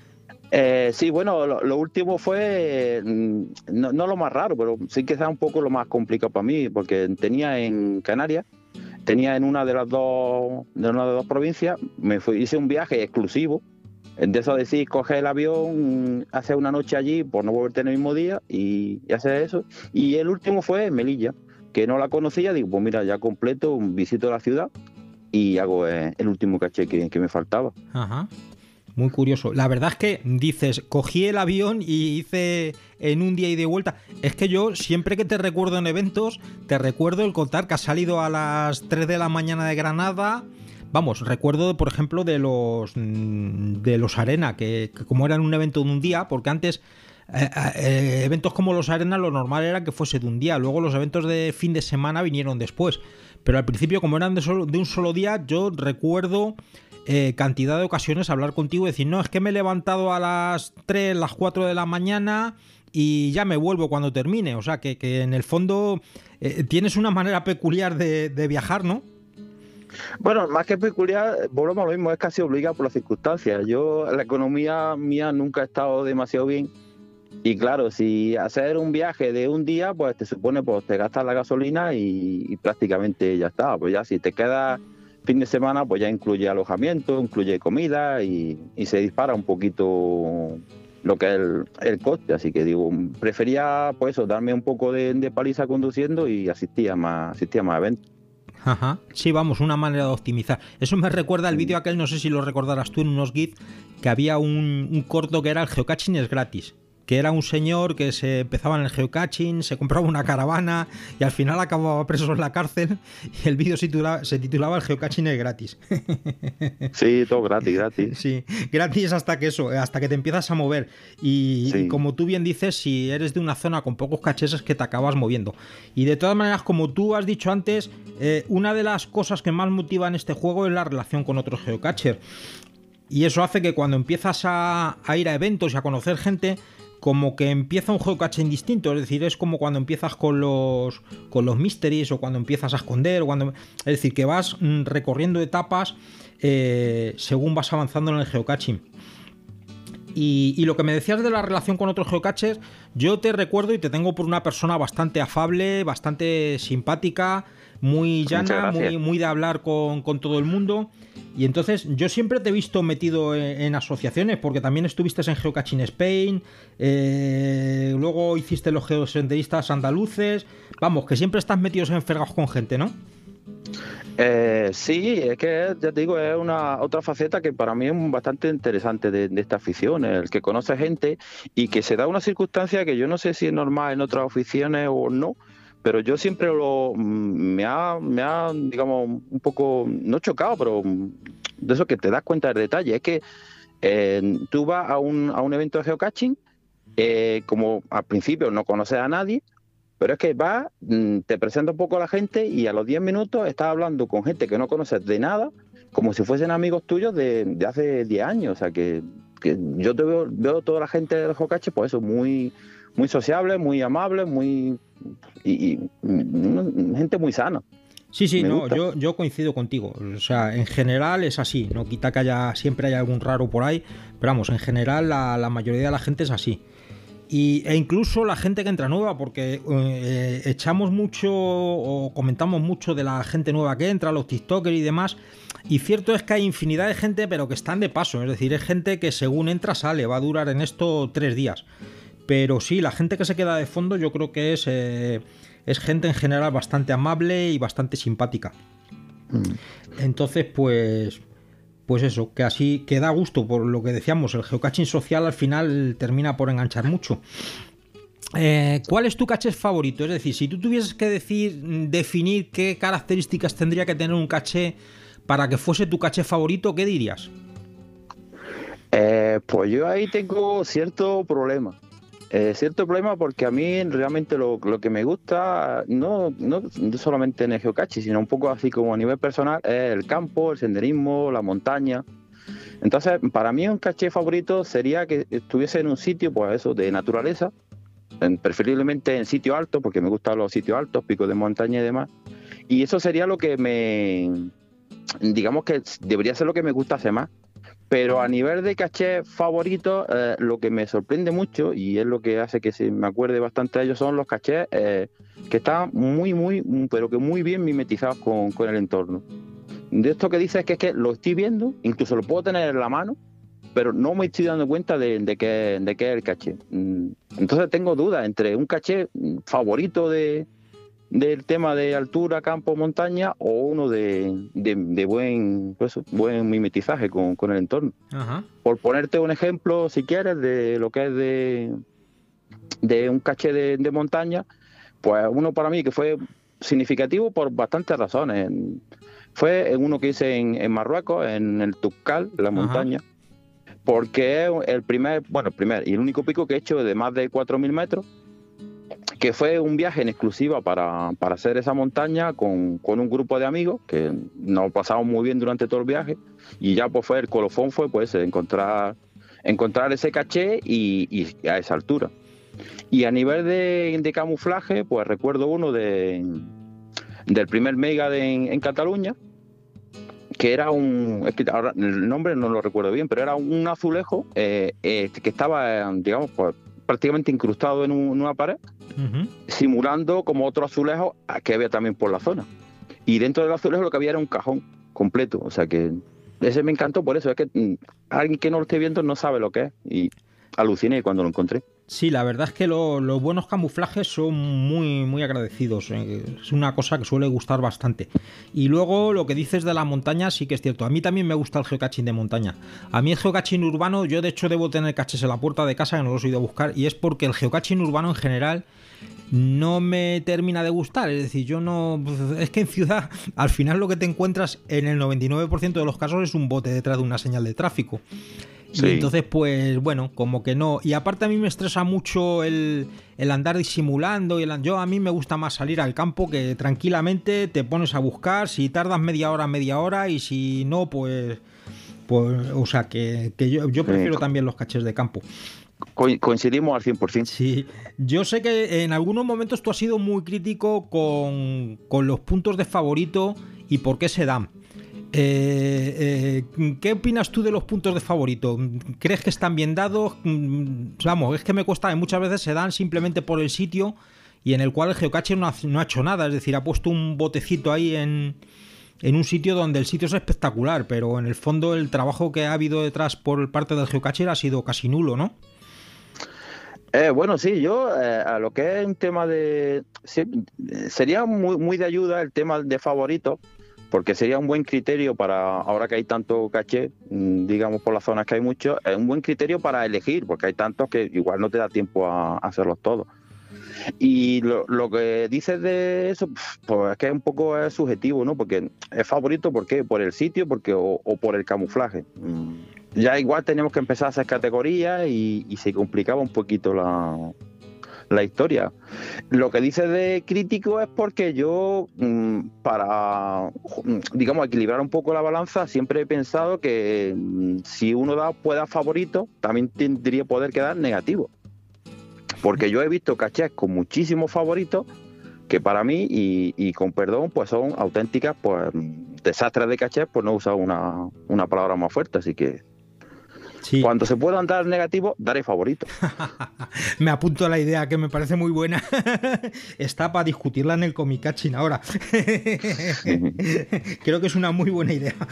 Sí, bueno, lo último fue, no lo más raro, pero sí que es un poco lo más complicado para mí, porque tenía en Canarias, tenía en una de las dos provincias, hice un viaje exclusivo, de eso decir, coger el avión, hacer una noche allí, por no volverte en el mismo día, y hacer eso. Y el último fue en Melilla, que no la conocía, digo, pues mira, ya completo, visito la ciudad y hago el último caché que me faltaba. Ajá. Muy curioso. La verdad es que dices, cogí el avión y hice en un día y de vuelta. Es que yo siempre que te recuerdo en eventos, te recuerdo el contar que has salido a las 3 de la mañana de Granada. Vamos, recuerdo por ejemplo de los Arena, que como eran un evento de un día, porque antes eventos como los Arena lo normal era que fuese de un día. Luego los eventos de fin de semana vinieron después. Pero al principio, como eran de un solo día, yo recuerdo... cantidad de ocasiones hablar contigo y decir, no, es que me he levantado a las 3, las 4 de la mañana y ya me vuelvo cuando termine. O sea, que en el fondo tienes una manera peculiar de viajar, ¿no? Bueno, más que peculiar, volvemos a lo mismo, es casi obligado por las circunstancias. La economía mía nunca ha estado demasiado bien. Y claro, si hacer un viaje de un día, pues te supone, pues te gastas la gasolina y prácticamente ya está. Pues ya si te quedas... fin de semana, pues ya incluye alojamiento, incluye comida y se dispara un poquito lo que es el coste. Así que digo, prefería pues eso, darme un poco de paliza conduciendo y asistía más eventos. Ajá. Sí, vamos, una manera de optimizar. Eso me recuerda al vídeo aquel, no sé si lo recordarás tú en unos GIF, que había un corto que era el geocaching es gratis. Que era un señor que se empezaba en el geocaching, se compraba una caravana y al final acababa preso en la cárcel y el vídeo se titulaba El geocaching es gratis. Sí, todo gratis. Sí, gratis hasta que te empiezas a mover. Y como tú bien dices, si eres de una zona con pocos cachés es que te acabas moviendo. Y de todas maneras, como tú has dicho antes, una de las cosas que más motiva en este juego es la relación con otros geocachers. Y eso hace que cuando empiezas a ir a eventos y a conocer gente, como que empieza un geocaching distinto, es decir, es como cuando empiezas con los mysteries o cuando empiezas a esconder, es decir, que vas recorriendo etapas según vas avanzando en el geocaching. Y lo que me decías de la relación con otros geocachers, yo te recuerdo y te tengo por una persona bastante afable, bastante simpática, muy llana, muy de hablar con todo el mundo. Y entonces yo siempre te he visto metido en asociaciones, porque también estuviste en Geocaching Spain, luego hiciste los geosenderistas andaluces. Vamos, que siempre estás metido en fregados con gente, ¿no? Sí, es que ya te digo, es otra faceta que para mí es bastante interesante de esta afición, el que conoce gente y que se da una circunstancia que yo no sé si es normal en otras aficiones o no, pero yo siempre me ha, digamos, un poco, no chocado, pero de eso que te das cuenta del detalle. Es que tú vas a un evento de geocaching, como al principio no conoces a nadie, pero es que vas, te presenta un poco a la gente y a los 10 minutos estás hablando con gente que no conoces de nada, como si fuesen amigos tuyos de hace 10 años. O sea, que yo te veo toda la gente del geocache, pues eso, muy, muy sociable, muy amable, y gente muy sana. Sí, no, yo coincido contigo. O sea, en general es así. No quita que siempre haya algún raro por ahí, pero vamos, en general la mayoría de la gente es así. E incluso la gente que entra nueva, porque echamos mucho o comentamos mucho de la gente nueva que entra, los tiktokers y demás, y cierto es que hay infinidad de gente pero que están de paso, es decir, es gente que según entra sale, va a durar en esto 3 días, pero sí, la gente que se queda de fondo yo creo que es gente en general bastante amable y bastante simpática. Entonces pues eso, que así que da gusto, por lo que decíamos, el geocaching social al final termina por enganchar mucho. ¿Cuál es tu caché favorito? Es decir, si tú tuvieses que definir qué características tendría que tener un caché para que fuese tu caché favorito, ¿qué dirías? Pues yo ahí tengo cierto problema. Cierto problema porque a mí realmente lo que me gusta, no solamente en el geocaching, sino un poco así como a nivel personal, es el campo, el senderismo, la montaña. Entonces, para mí un caché favorito sería que estuviese en un sitio, pues eso, de naturaleza, preferiblemente en sitio alto, porque me gustan los sitios altos, picos de montaña y demás. Y eso sería lo que digamos que debería ser lo que me gustase más. Pero a nivel de caché favorito, lo que me sorprende mucho, y es lo que hace que se me acuerde bastante de ellos, son los cachés que están pero que muy bien mimetizados con el entorno. De esto que dices es que lo estoy viendo, incluso lo puedo tener en la mano, pero no me estoy dando cuenta de qué es el caché. Entonces tengo dudas entre un caché favorito del tema de altura, campo, montaña, o uno de buen mimetizaje con el entorno. Ajá. Por ponerte un ejemplo, si quieres, de lo que es de un caché de montaña, pues uno para mí que fue significativo por bastantes razones. Fue uno que hice en Marruecos, en el Tukal, en la montaña, porque es el primer y el único pico que he hecho de más de 4.000 metros, que fue un viaje en exclusiva para hacer esa montaña con un grupo de amigos que nos pasamos muy bien durante todo el viaje, y ya pues el colofón fue pues encontrar ese caché y a esa altura. Y a nivel de camuflaje, pues recuerdo uno del primer mega en Cataluña, que era es que ahora el nombre no lo recuerdo bien, pero era un azulejo que estaba, digamos, pues prácticamente incrustado en una pared, simulando como otro azulejo que había también por la zona. Y dentro del azulejo lo que había era un cajón completo. O sea que ese me encantó por eso. Es que alguien que no lo esté viendo no sabe lo que es. Y aluciné cuando lo encontré. Sí, la verdad es que los buenos camuflajes son muy, muy agradecidos. Es una cosa que suele gustar bastante. Y luego lo que dices de la montaña sí que es cierto. A mí también me gusta el geocaching de montaña. A mí el geocaching urbano, yo de hecho debo tener caches en la puerta de casa que no los he ido a buscar. Y es porque el geocaching urbano en general no me termina de gustar. Es decir, yo no... Es que en ciudad al final lo que te encuentras en el 99% de los casos es un bote detrás de una señal de tráfico. Sí. Y entonces, pues bueno, como que no. Y aparte a mí me estresa mucho el andar disimulando. Yo a mí me gusta más salir al campo, que tranquilamente te pones a buscar. Si tardas media hora, y si no, pues o sea, que yo prefiero también los cachés de campo. Coincidimos al 100%. Sí, yo sé que en algunos momentos tú has sido muy crítico con los puntos de favorito y por qué se dan. ¿Qué opinas tú de los puntos de favorito? ¿Crees que están bien dados? Vamos, es que me cuesta, muchas veces se dan simplemente por el sitio y en el cual el geocaching no ha hecho nada. Es decir, ha puesto un botecito ahí en un sitio donde el sitio es espectacular, pero en el fondo el trabajo que ha habido detrás por parte del geocacher ha sido casi nulo, ¿no? Bueno, sí, yo a lo que es un tema de... Sí, sería muy, muy de ayuda el tema de favorito, porque sería un buen criterio para, ahora que hay tanto caché, digamos por las zonas que hay mucho, es un buen criterio para elegir, porque hay tantos que igual no te da tiempo a hacerlos todos. Y lo que dices de eso, pues es que un poco es subjetivo, ¿no? Porque es favorito, ¿por qué? Por el sitio, o por el camuflaje. Ya igual tenemos que empezar a hacer categorías y se complicaba un poquito la historia. Lo que dices de crítico es porque yo, para, digamos, equilibrar un poco la balanza, siempre he pensado que si uno puede dar favorito, también tendría poder quedar negativo. Porque yo he visto cachés con muchísimos favoritos que para mí, y con perdón, pues son auténticas pues desastres de cachés, pues no he usado una palabra más fuerte, así que sí. Cuando se puedan dar negativos, daré favorito. Me apunto a la idea, que me parece muy buena. Está para discutirla en el Comicaching ahora. Creo que es una muy buena idea.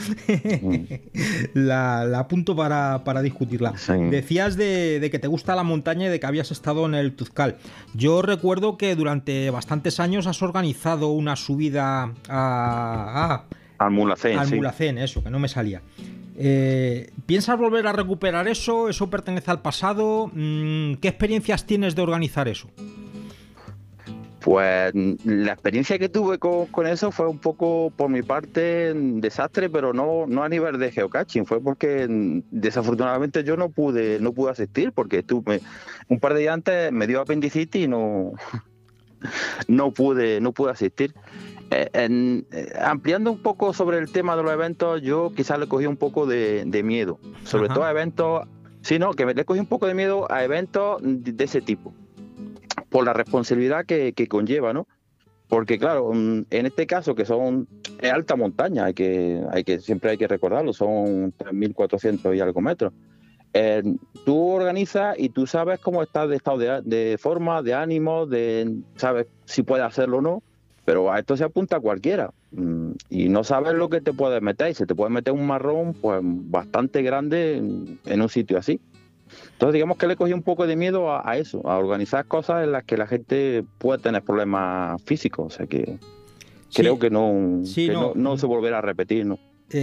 La apunto para discutirla. Sí. Decías de que te gusta la montaña y de que habías estado en el Tuzcal. Yo recuerdo que durante bastantes años has organizado una subida al Mulhacén. Al Mulhacén, eso, que no me salía. ¿Piensas volver a recuperar eso? ¿Eso pertenece al pasado? ¿Qué experiencias tienes de organizar eso? Pues la experiencia que tuve con eso fue un poco, por mi parte, un desastre, pero no a nivel de geocaching. Fue porque desafortunadamente yo no pude asistir, porque un par de días antes me dio apendicitis y no pude asistir. Ampliando un poco sobre el tema de los eventos, yo quizás le cogí un poco de miedo, sobre todo a eventos, que le cogí un poco de miedo a eventos de ese tipo, por la responsabilidad que conlleva, ¿no? Porque claro, en este caso que es alta montaña, siempre hay que recordarlo, son 3.400 y algo metros. Tú organizas y tú sabes cómo estás de estado de forma, de ánimo, sabes si puedes hacerlo o no, pero a esto se apunta cualquiera y no sabes lo que te puedes meter, y se te puede meter un marrón pues bastante grande en un sitio así. Entonces digamos que le cogí un poco de miedo a eso, a organizar cosas en las que la gente puede tener problemas físicos, o sea que creo que no se volverá a repetir, ¿no?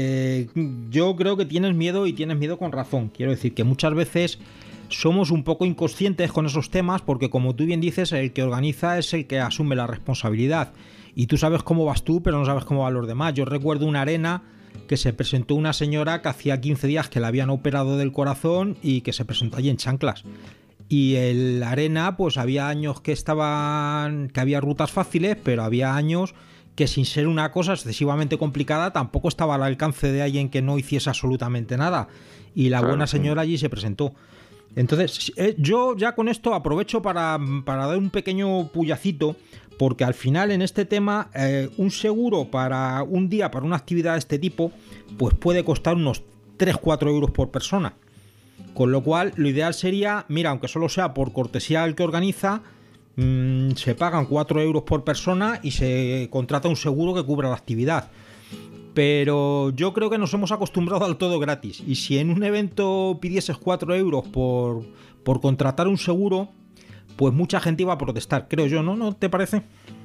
Yo creo que tienes miedo, y tienes miedo con razón. Quiero decir que muchas veces somos un poco inconscientes con esos temas, porque como tú bien dices, el que organiza es el que asume la responsabilidad, y tú sabes cómo vas tú, pero no sabes cómo van los demás. Yo recuerdo una arena que se presentó una señora que hacía 15 días que la habían operado del corazón y que se presentó allí en chanclas. Y en la arena, pues había años que había rutas fáciles, pero había años que, sin ser una cosa excesivamente complicada, tampoco estaba al alcance de alguien que no hiciese absolutamente nada. Y la buena señora allí se presentó. Entonces, yo ya con esto aprovecho para dar un pequeño puyacito, porque al final en este tema un seguro para un día, para una actividad de este tipo, pues puede costar unos 3-4 euros por persona. Con lo cual, lo ideal sería, mira, aunque solo sea por cortesía al que organiza, se pagan 4 euros por persona y se contrata un seguro que cubra la actividad. Pero yo creo que nos hemos acostumbrado al todo gratis, y si en un evento pidieses 4 euros por contratar un seguro, pues mucha gente iba a protestar, creo yo, ¿no? ¿No te parece?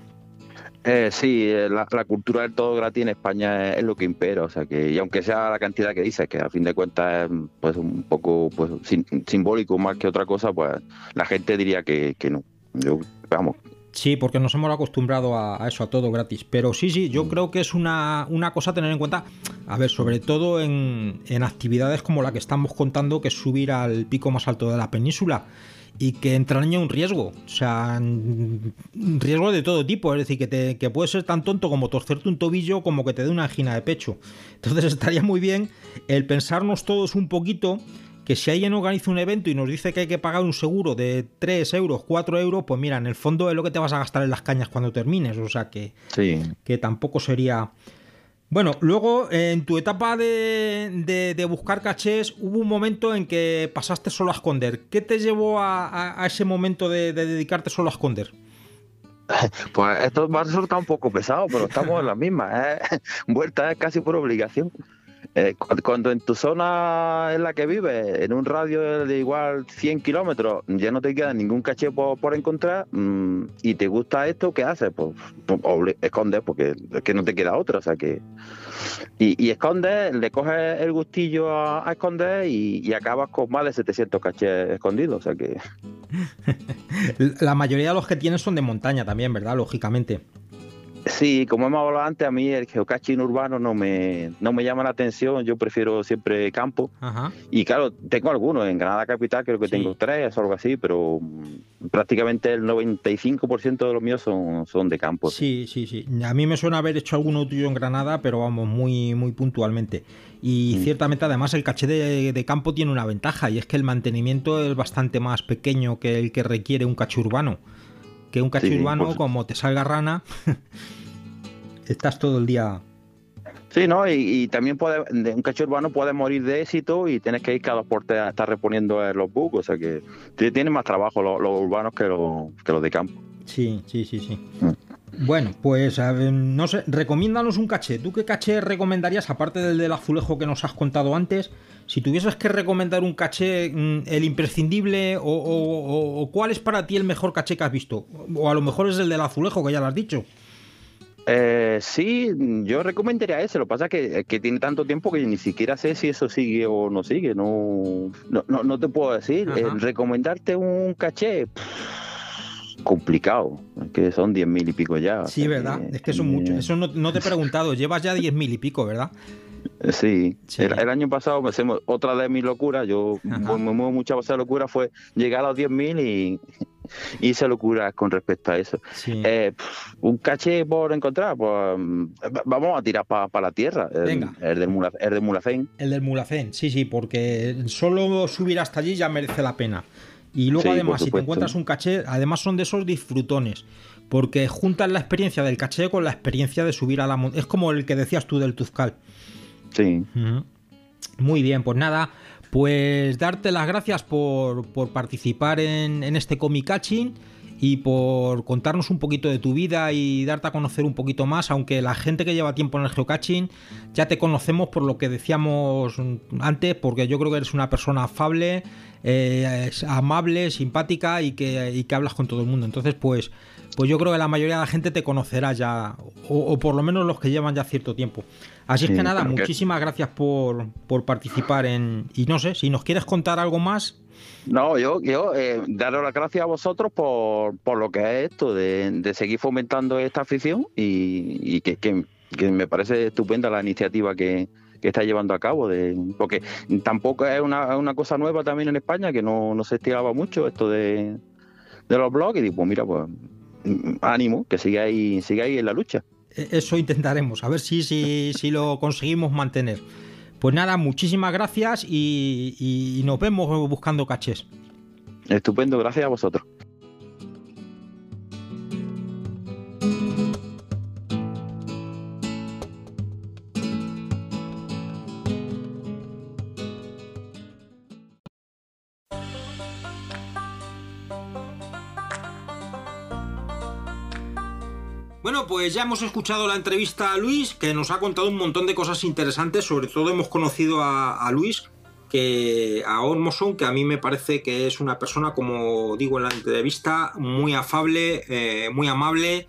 Sí, la cultura del todo gratis en España es lo que impera, o sea que, y aunque sea la cantidad que dices, que a fin de cuentas es pues un poco pues simbólico más que otra cosa, pues la gente diría que no. Vamos. Sí, porque nos hemos acostumbrado a eso, a todo gratis. Pero sí, yo creo que es una cosa a tener en cuenta, a ver, sobre todo en actividades como la que estamos contando, que es subir al pico más alto de la península, y que entraña un riesgo, o sea, un riesgo de todo tipo, es decir, que puede ser tan tonto como torcerte un tobillo, como que te dé una angina de pecho. Entonces estaría muy bien el pensarnos todos un poquito que si alguien organiza un evento y nos dice que hay que pagar un seguro de 3 euros, 4 euros, pues mira, en el fondo es lo que te vas a gastar en las cañas cuando termines, o sea que, sí, que tampoco sería... Bueno, luego en tu etapa de buscar cachés hubo un momento en que pasaste solo a esconder. ¿Qué te llevó a ese momento de dedicarte solo a esconder? Pues esto va a resultar un poco pesado, pero estamos en la misma. Vuelta es casi por obligación. Cuando en tu zona en la que vives, en un radio de igual 100 kilómetros, ya no te queda ningún caché por encontrar, y te gusta esto, ¿qué haces? Pues escondes, porque es que no te queda otra, o sea que... Y escondes, le coges el gustillo a esconder y acabas con más de 700 cachés escondidos, o sea que... La mayoría de los que tienes son de montaña también, ¿verdad? Lógicamente. Sí, como hemos hablado antes, a mí el geocaching urbano no me llama la atención, yo prefiero siempre campo. Ajá. Y claro, tengo algunos, en Granada Capital creo que tengo 3 o algo así, pero prácticamente el 95% de los míos son de campo. Sí. A mí me suena haber hecho alguno tuyo en Granada, pero vamos, muy, muy puntualmente. Y ciertamente además el caché de campo tiene una ventaja, y es que el mantenimiento es bastante más pequeño que el que requiere un caché urbano. Que un caché urbano, pues, como te salga rana, estás todo el día... Sí, ¿no? Y también un caché urbano puede morir de éxito y tienes que ir cada 2 por 3 a estar reponiendo los bugs, o sea que tienen más trabajo los urbanos que los de campo. Sí. Bueno, pues a ver, no sé, recomiéndanos un caché. ¿Tú qué caché recomendarías, aparte del azulejo que nos has contado antes? Si tuvieses que recomendar un caché, el imprescindible, o cuál es para ti el mejor caché que has visto, o a lo mejor es el del azulejo, que ya lo has dicho. Sí, yo recomendaría ese. Lo que pasa es que tiene tanto tiempo que ni siquiera sé si eso sigue o no sigue. No te puedo decir. Recomendarte un caché, complicado. Es que son 10.000 y pico ya. Sí, ¿verdad? Es que son muchos. Eso no te he preguntado. Llevas ya 10.000 y pico, ¿verdad? Sí. Sí. El año pasado hacemos otra de mis locuras. Yo Ajá. me muevo mucho a base de locura. Fue llegar a los 10.000 y hice locuras con respecto a eso. Sí. Un caché por encontrar, pues vamos a tirar para la tierra. Venga. El del Mulhacén. El del Mulhacén, sí, porque solo subir hasta allí ya merece la pena. Y luego Sí, además, por si te supuesto. encuentras un caché, además son de esos disfrutones, porque juntan la experiencia del caché con la experiencia de subir a la montaña. Es como el que decías tú del Tuzcal. Sí. Ujú. Muy bien, pues nada, pues darte las gracias por participar en este Comicaching y por contarnos un poquito de tu vida y darte a conocer un poquito más, aunque la gente que lleva tiempo en el geocaching ya te conocemos por lo que decíamos antes, porque yo creo que eres una persona afable, amable, simpática y que hablas con todo el mundo. Entonces, pues yo creo que la mayoría de la gente te conocerá ya, o por lo menos los que llevan ya cierto tiempo. Así es Sí, que nada, claro que- muchísimas gracias por participar y no sé, si nos quieres contar algo más. No, yo daros las gracias a vosotros por lo que es esto, de seguir fomentando esta afición y que me parece estupenda la iniciativa que está llevando a cabo, porque tampoco es una cosa nueva también en España, que no se estiraba mucho esto de los blogs, y digo, pues mira, pues ánimo, que sigáis en la lucha. Eso intentaremos, a ver si lo conseguimos mantener. Pues nada, muchísimas gracias y nos vemos buscando cachés. Estupendo, gracias a vosotros. Bueno, pues ya hemos escuchado la entrevista a Luis, que nos ha contado un montón de cosas interesantes. Sobre todo hemos conocido a Luis, a Ormoson, que a mí me parece que es una persona, como digo en la entrevista, muy afable, muy amable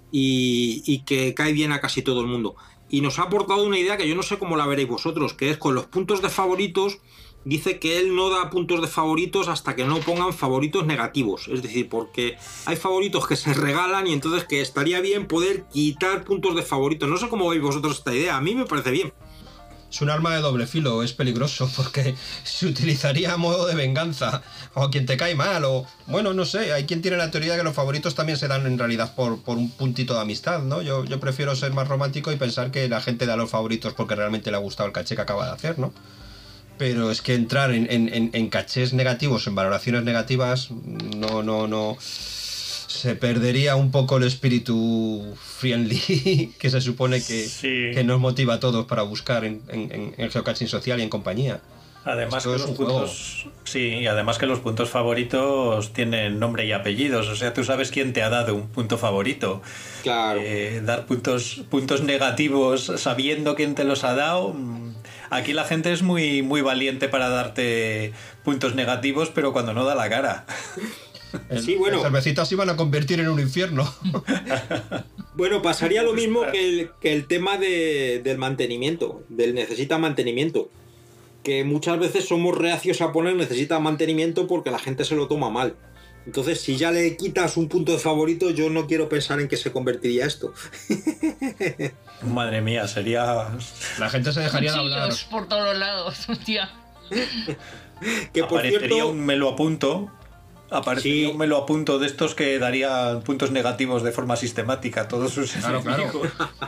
y que cae bien a casi todo el mundo. Y nos ha aportado una idea que yo no sé cómo la veréis vosotros, que es con los puntos de favoritos. Dice que él no da puntos de favoritos hasta que no pongan favoritos negativos. Es decir, porque hay favoritos que se regalan y entonces que estaría bien poder quitar puntos de favoritos. No sé cómo veis vosotros esta idea. A mí me parece bien. Es un arma de doble filo, es peligroso porque se utilizaría a modo de venganza o a quien te cae mal o... Bueno, no sé, hay quien tiene la teoría de que los favoritos también se dan en realidad por un puntito de amistad, ¿no? Yo prefiero ser más romántico y pensar que la gente da los favoritos porque realmente le ha gustado el caché que acaba de hacer, ¿no? Pero es que entrar en cachés negativos, en valoraciones negativas, no... Se perdería un poco el espíritu friendly que se supone que nos motiva a todos para buscar en geocaching social y en compañía. Además Esto que es los un juego. puntos, sí, y además que los puntos favoritos tienen nombre y apellidos, o sea, tú sabes quién te ha dado un punto favorito. Claro. Dar puntos negativos sabiendo quién te los ha dado. Aquí la gente es muy valiente para darte puntos negativos, pero cuando no da la cara. Sí, bueno. Las cervecitas se iban a convertir en un infierno. Bueno, pasaría lo mismo que el tema del mantenimiento, del necesita mantenimiento. Que muchas veces somos reacios a poner necesita mantenimiento porque la gente se lo toma mal. Entonces, si ya le quitas un punto de favorito, yo no quiero pensar en que se convertiría esto. Madre mía, sería... La gente se dejaría de hablar. Cuchillos por todos lados, hostia. Que por Aparecería cierto, un me lo apunto. Aparecería Sí. un me lo apunto de estos que daría puntos negativos de forma sistemática a todos sus Claro, claro. enemigos.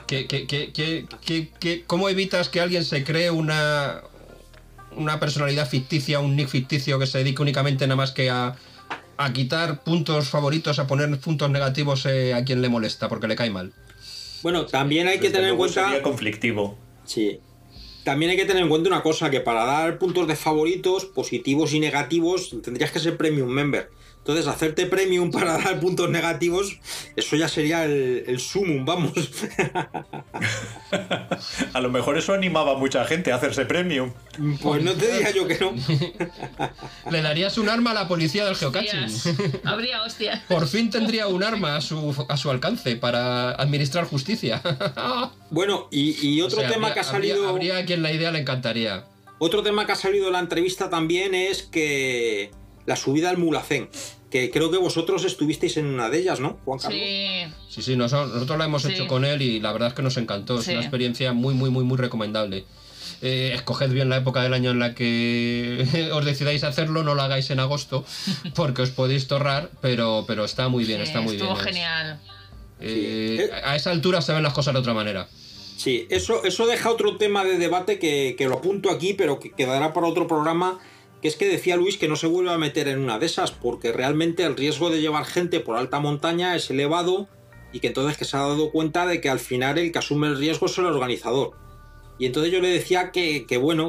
¿Cómo evitas que alguien se cree una personalidad ficticia, un nick ficticio que se dedique únicamente nada más que a quitar puntos favoritos, a poner puntos negativos a quien le molesta porque le cae mal? bueno, también hay que Desde tener en luego cuenta. sería conflictivo. Sí. También hay que tener en cuenta una cosa, que para dar puntos de favoritos, positivos y negativos, tendrías que ser premium member. Entonces, hacerte premium para dar puntos negativos, eso ya sería el sumum, vamos. A lo mejor eso animaba a mucha gente a hacerse premium. Pues no te diría yo que no. Le darías un arma a la policía del geocaching. Hostias. Habría hostias. Por fin tendría un arma a su alcance para administrar justicia. Bueno, y otro O sea, tema que ha salido. Habría a quien la idea le encantaría. Otro tema que ha salido de la entrevista también es que la subida al Mulhacén. que creo que vosotros estuvisteis en una de ellas, ¿no, Juan Carlos? Sí. Nosotros lo hemos hecho con él y la verdad es que nos encantó. Es una experiencia muy, muy, muy, muy recomendable. Escoged bien la época del año en la que os decidáis hacerlo, no lo hagáis en agosto, porque os podéis torrar, pero está muy bien, está muy bien. Estuvo genial. A esa altura se ven las cosas de otra manera. Sí, eso deja otro tema de debate que lo apunto aquí, pero que quedará para otro programa, que es que decía Luis que no se vuelve a meter en una de esas, porque realmente el riesgo de llevar gente por alta montaña es elevado y que entonces que se ha dado cuenta de que al final el que asume el riesgo es el organizador. Y entonces yo le decía que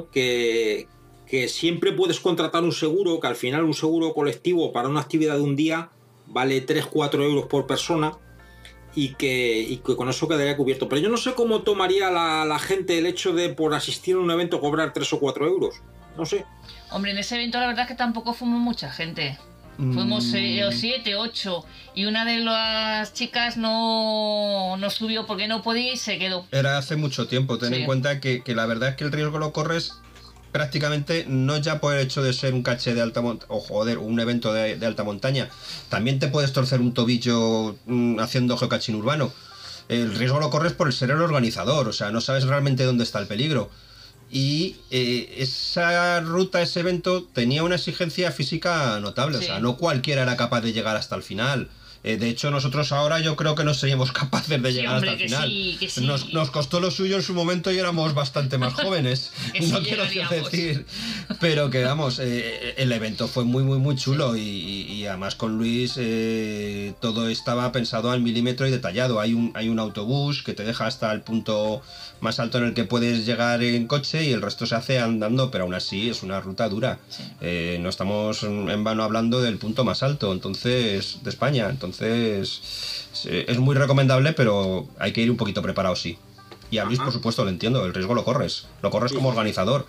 siempre puedes contratar un seguro, que al final un seguro colectivo para una actividad de un día vale 3-4 euros por persona y que con eso quedaría cubierto. Pero yo no sé cómo tomaría la gente el hecho de por asistir a un evento cobrar 3 o 4 euros. No sé. Hombre, en ese evento la verdad es que tampoco fuimos mucha gente. Fuimos 7, 8 y una de las chicas no subió porque no podía y se quedó. Era hace mucho tiempo, ten en cuenta que la verdad es que el riesgo lo corres prácticamente no ya por el hecho de ser un caché de alta montaña, o joder, un evento de alta montaña, también te puedes torcer un tobillo haciendo geocaching urbano. El riesgo lo corres por el ser el organizador, o sea, no sabes realmente dónde está el peligro. Y esa ruta, ese evento, tenía una exigencia física notable. O sea, no cualquiera era capaz de llegar hasta el final. De hecho, nosotros ahora yo creo que no seríamos capaces de llegar hasta el final. Sí. Nos costó lo suyo en su momento y éramos bastante más jóvenes. No quiero decir, pero que vamos, el evento fue muy, muy, muy chulo y además con Luis todo estaba pensado al milímetro y detallado. Hay un autobús que te deja hasta el punto más alto en el que puedes llegar en coche y el resto se hace andando, pero aún así es una ruta dura. No estamos en vano hablando del punto más alto de España. Entonces es muy recomendable, pero hay que ir un poquito preparado, sí. Y a Luis, por supuesto, lo entiendo, el riesgo lo corres como organizador.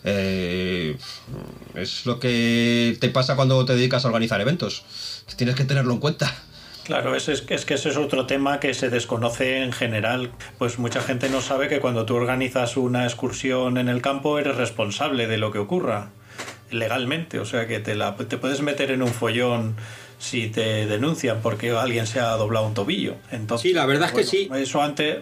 Es lo que te pasa cuando te dedicas a organizar eventos. Tienes que tenerlo en cuenta. Claro, es que ese es otro tema que se desconoce en general. Pues mucha gente no sabe que cuando tú organizas una excursión en el campo eres responsable de lo que ocurra legalmente. O sea que te puedes meter en un follón si te denuncian porque alguien se ha doblado un tobillo. Entonces, sí, la verdad es que sí. Eso antes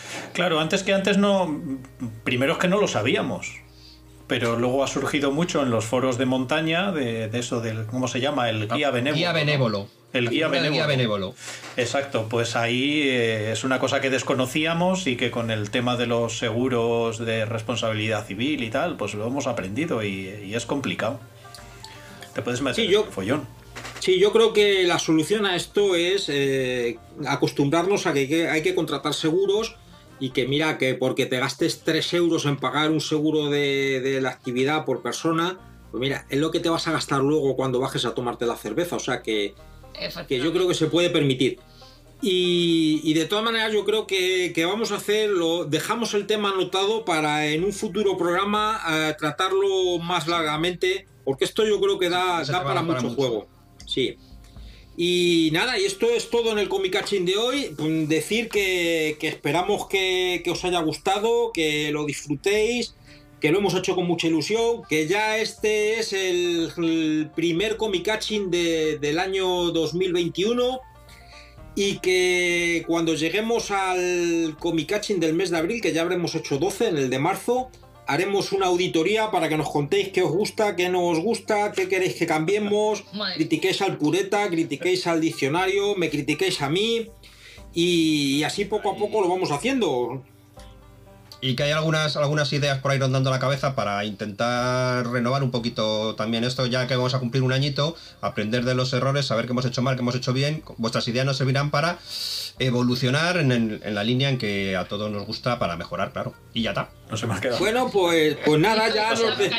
no. Primero es que no lo sabíamos. Pero luego ha surgido mucho en los foros de montaña de eso del, ¿cómo se llama? El guía benévolo. ¿No? El guía benévolo. Exacto, pues ahí es una cosa que desconocíamos y que con el tema de los seguros de responsabilidad civil y tal, pues lo hemos aprendido y es complicado. Te puedes meter en un follón. Sí, yo creo que la solución a esto es acostumbrarnos a que hay que contratar seguros y que mira, que porque te gastes 3 euros en pagar un seguro de la actividad por persona, pues mira, es lo que te vas a gastar luego cuando bajes a tomarte la cerveza, o sea que yo creo que se puede permitir. Y de todas maneras yo creo que vamos a hacerlo, dejamos el tema anotado para en un futuro programa tratarlo más largamente, porque esto yo creo que da para mucho juego. Sí. Y nada, y esto es todo en el Comicaching de hoy. Decir que esperamos que os haya gustado, que lo disfrutéis, que lo hemos hecho con mucha ilusión, que ya este es el primer Comicaching del año 2021 y que cuando lleguemos al Comicaching del mes de abril, que ya habremos hecho 12 en el de marzo, haremos una auditoría para que nos contéis qué os gusta, qué no os gusta, qué queréis que cambiemos, critiquéis al pureta, critiquéis al diccionario, me critiquéis a mí y así poco a poco lo vamos haciendo. Y que hay algunas ideas por ahí rondando la cabeza para intentar renovar un poquito también esto, ya que vamos a cumplir un añito, aprender de los errores, saber qué hemos hecho mal, qué hemos hecho bien. Vuestras ideas nos servirán para evolucionar en la línea en que a todos nos gusta para mejorar, claro. Y ya está. No se me ha quedado. Bueno, pues nada, ya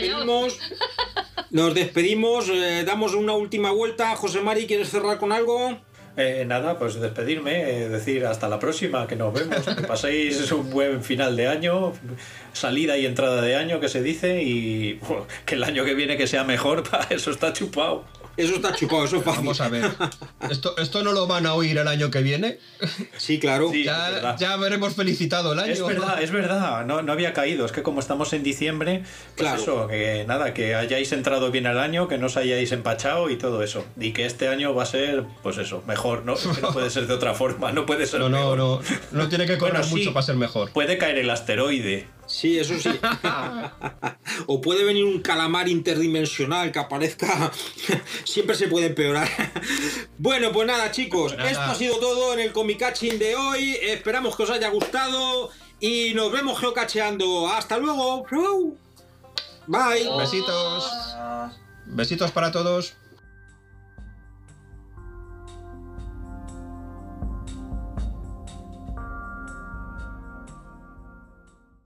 nos despedimos, damos una última vuelta. José Mari, ¿quieres cerrar con algo? Nada, pues despedirme, decir hasta la próxima, que nos vemos, que paséis un buen final de año, salida y entrada de año que se dice, y que el año que viene que sea mejor, para eso está chupado. Eso está chupado, eso es fácil. Vamos a ver. ¿Esto no lo van a oír el año que viene? Sí, claro. Sí. Ya habremos felicitado el año. Es verdad, no había caído. Es que como estamos en diciembre, pues Claro. eso, que nada, que hayáis entrado bien al año, que no os hayáis empachado y todo eso. Y que este año va a ser, pues eso, mejor, ¿no? Es que no puede ser de otra forma, no puede ser peor. No tiene que correr Bueno, sí, mucho para ser mejor. Puede caer el asteroide. Sí, eso sí. O puede venir un calamar interdimensional que aparezca. Siempre se puede empeorar. Bueno, pues nada, chicos. Pues nada. Esto ha sido todo en el Comicaching de hoy. Esperamos que os haya gustado. Y nos vemos geocacheando. ¡Hasta luego! Bye. Besitos. Besitos para todos.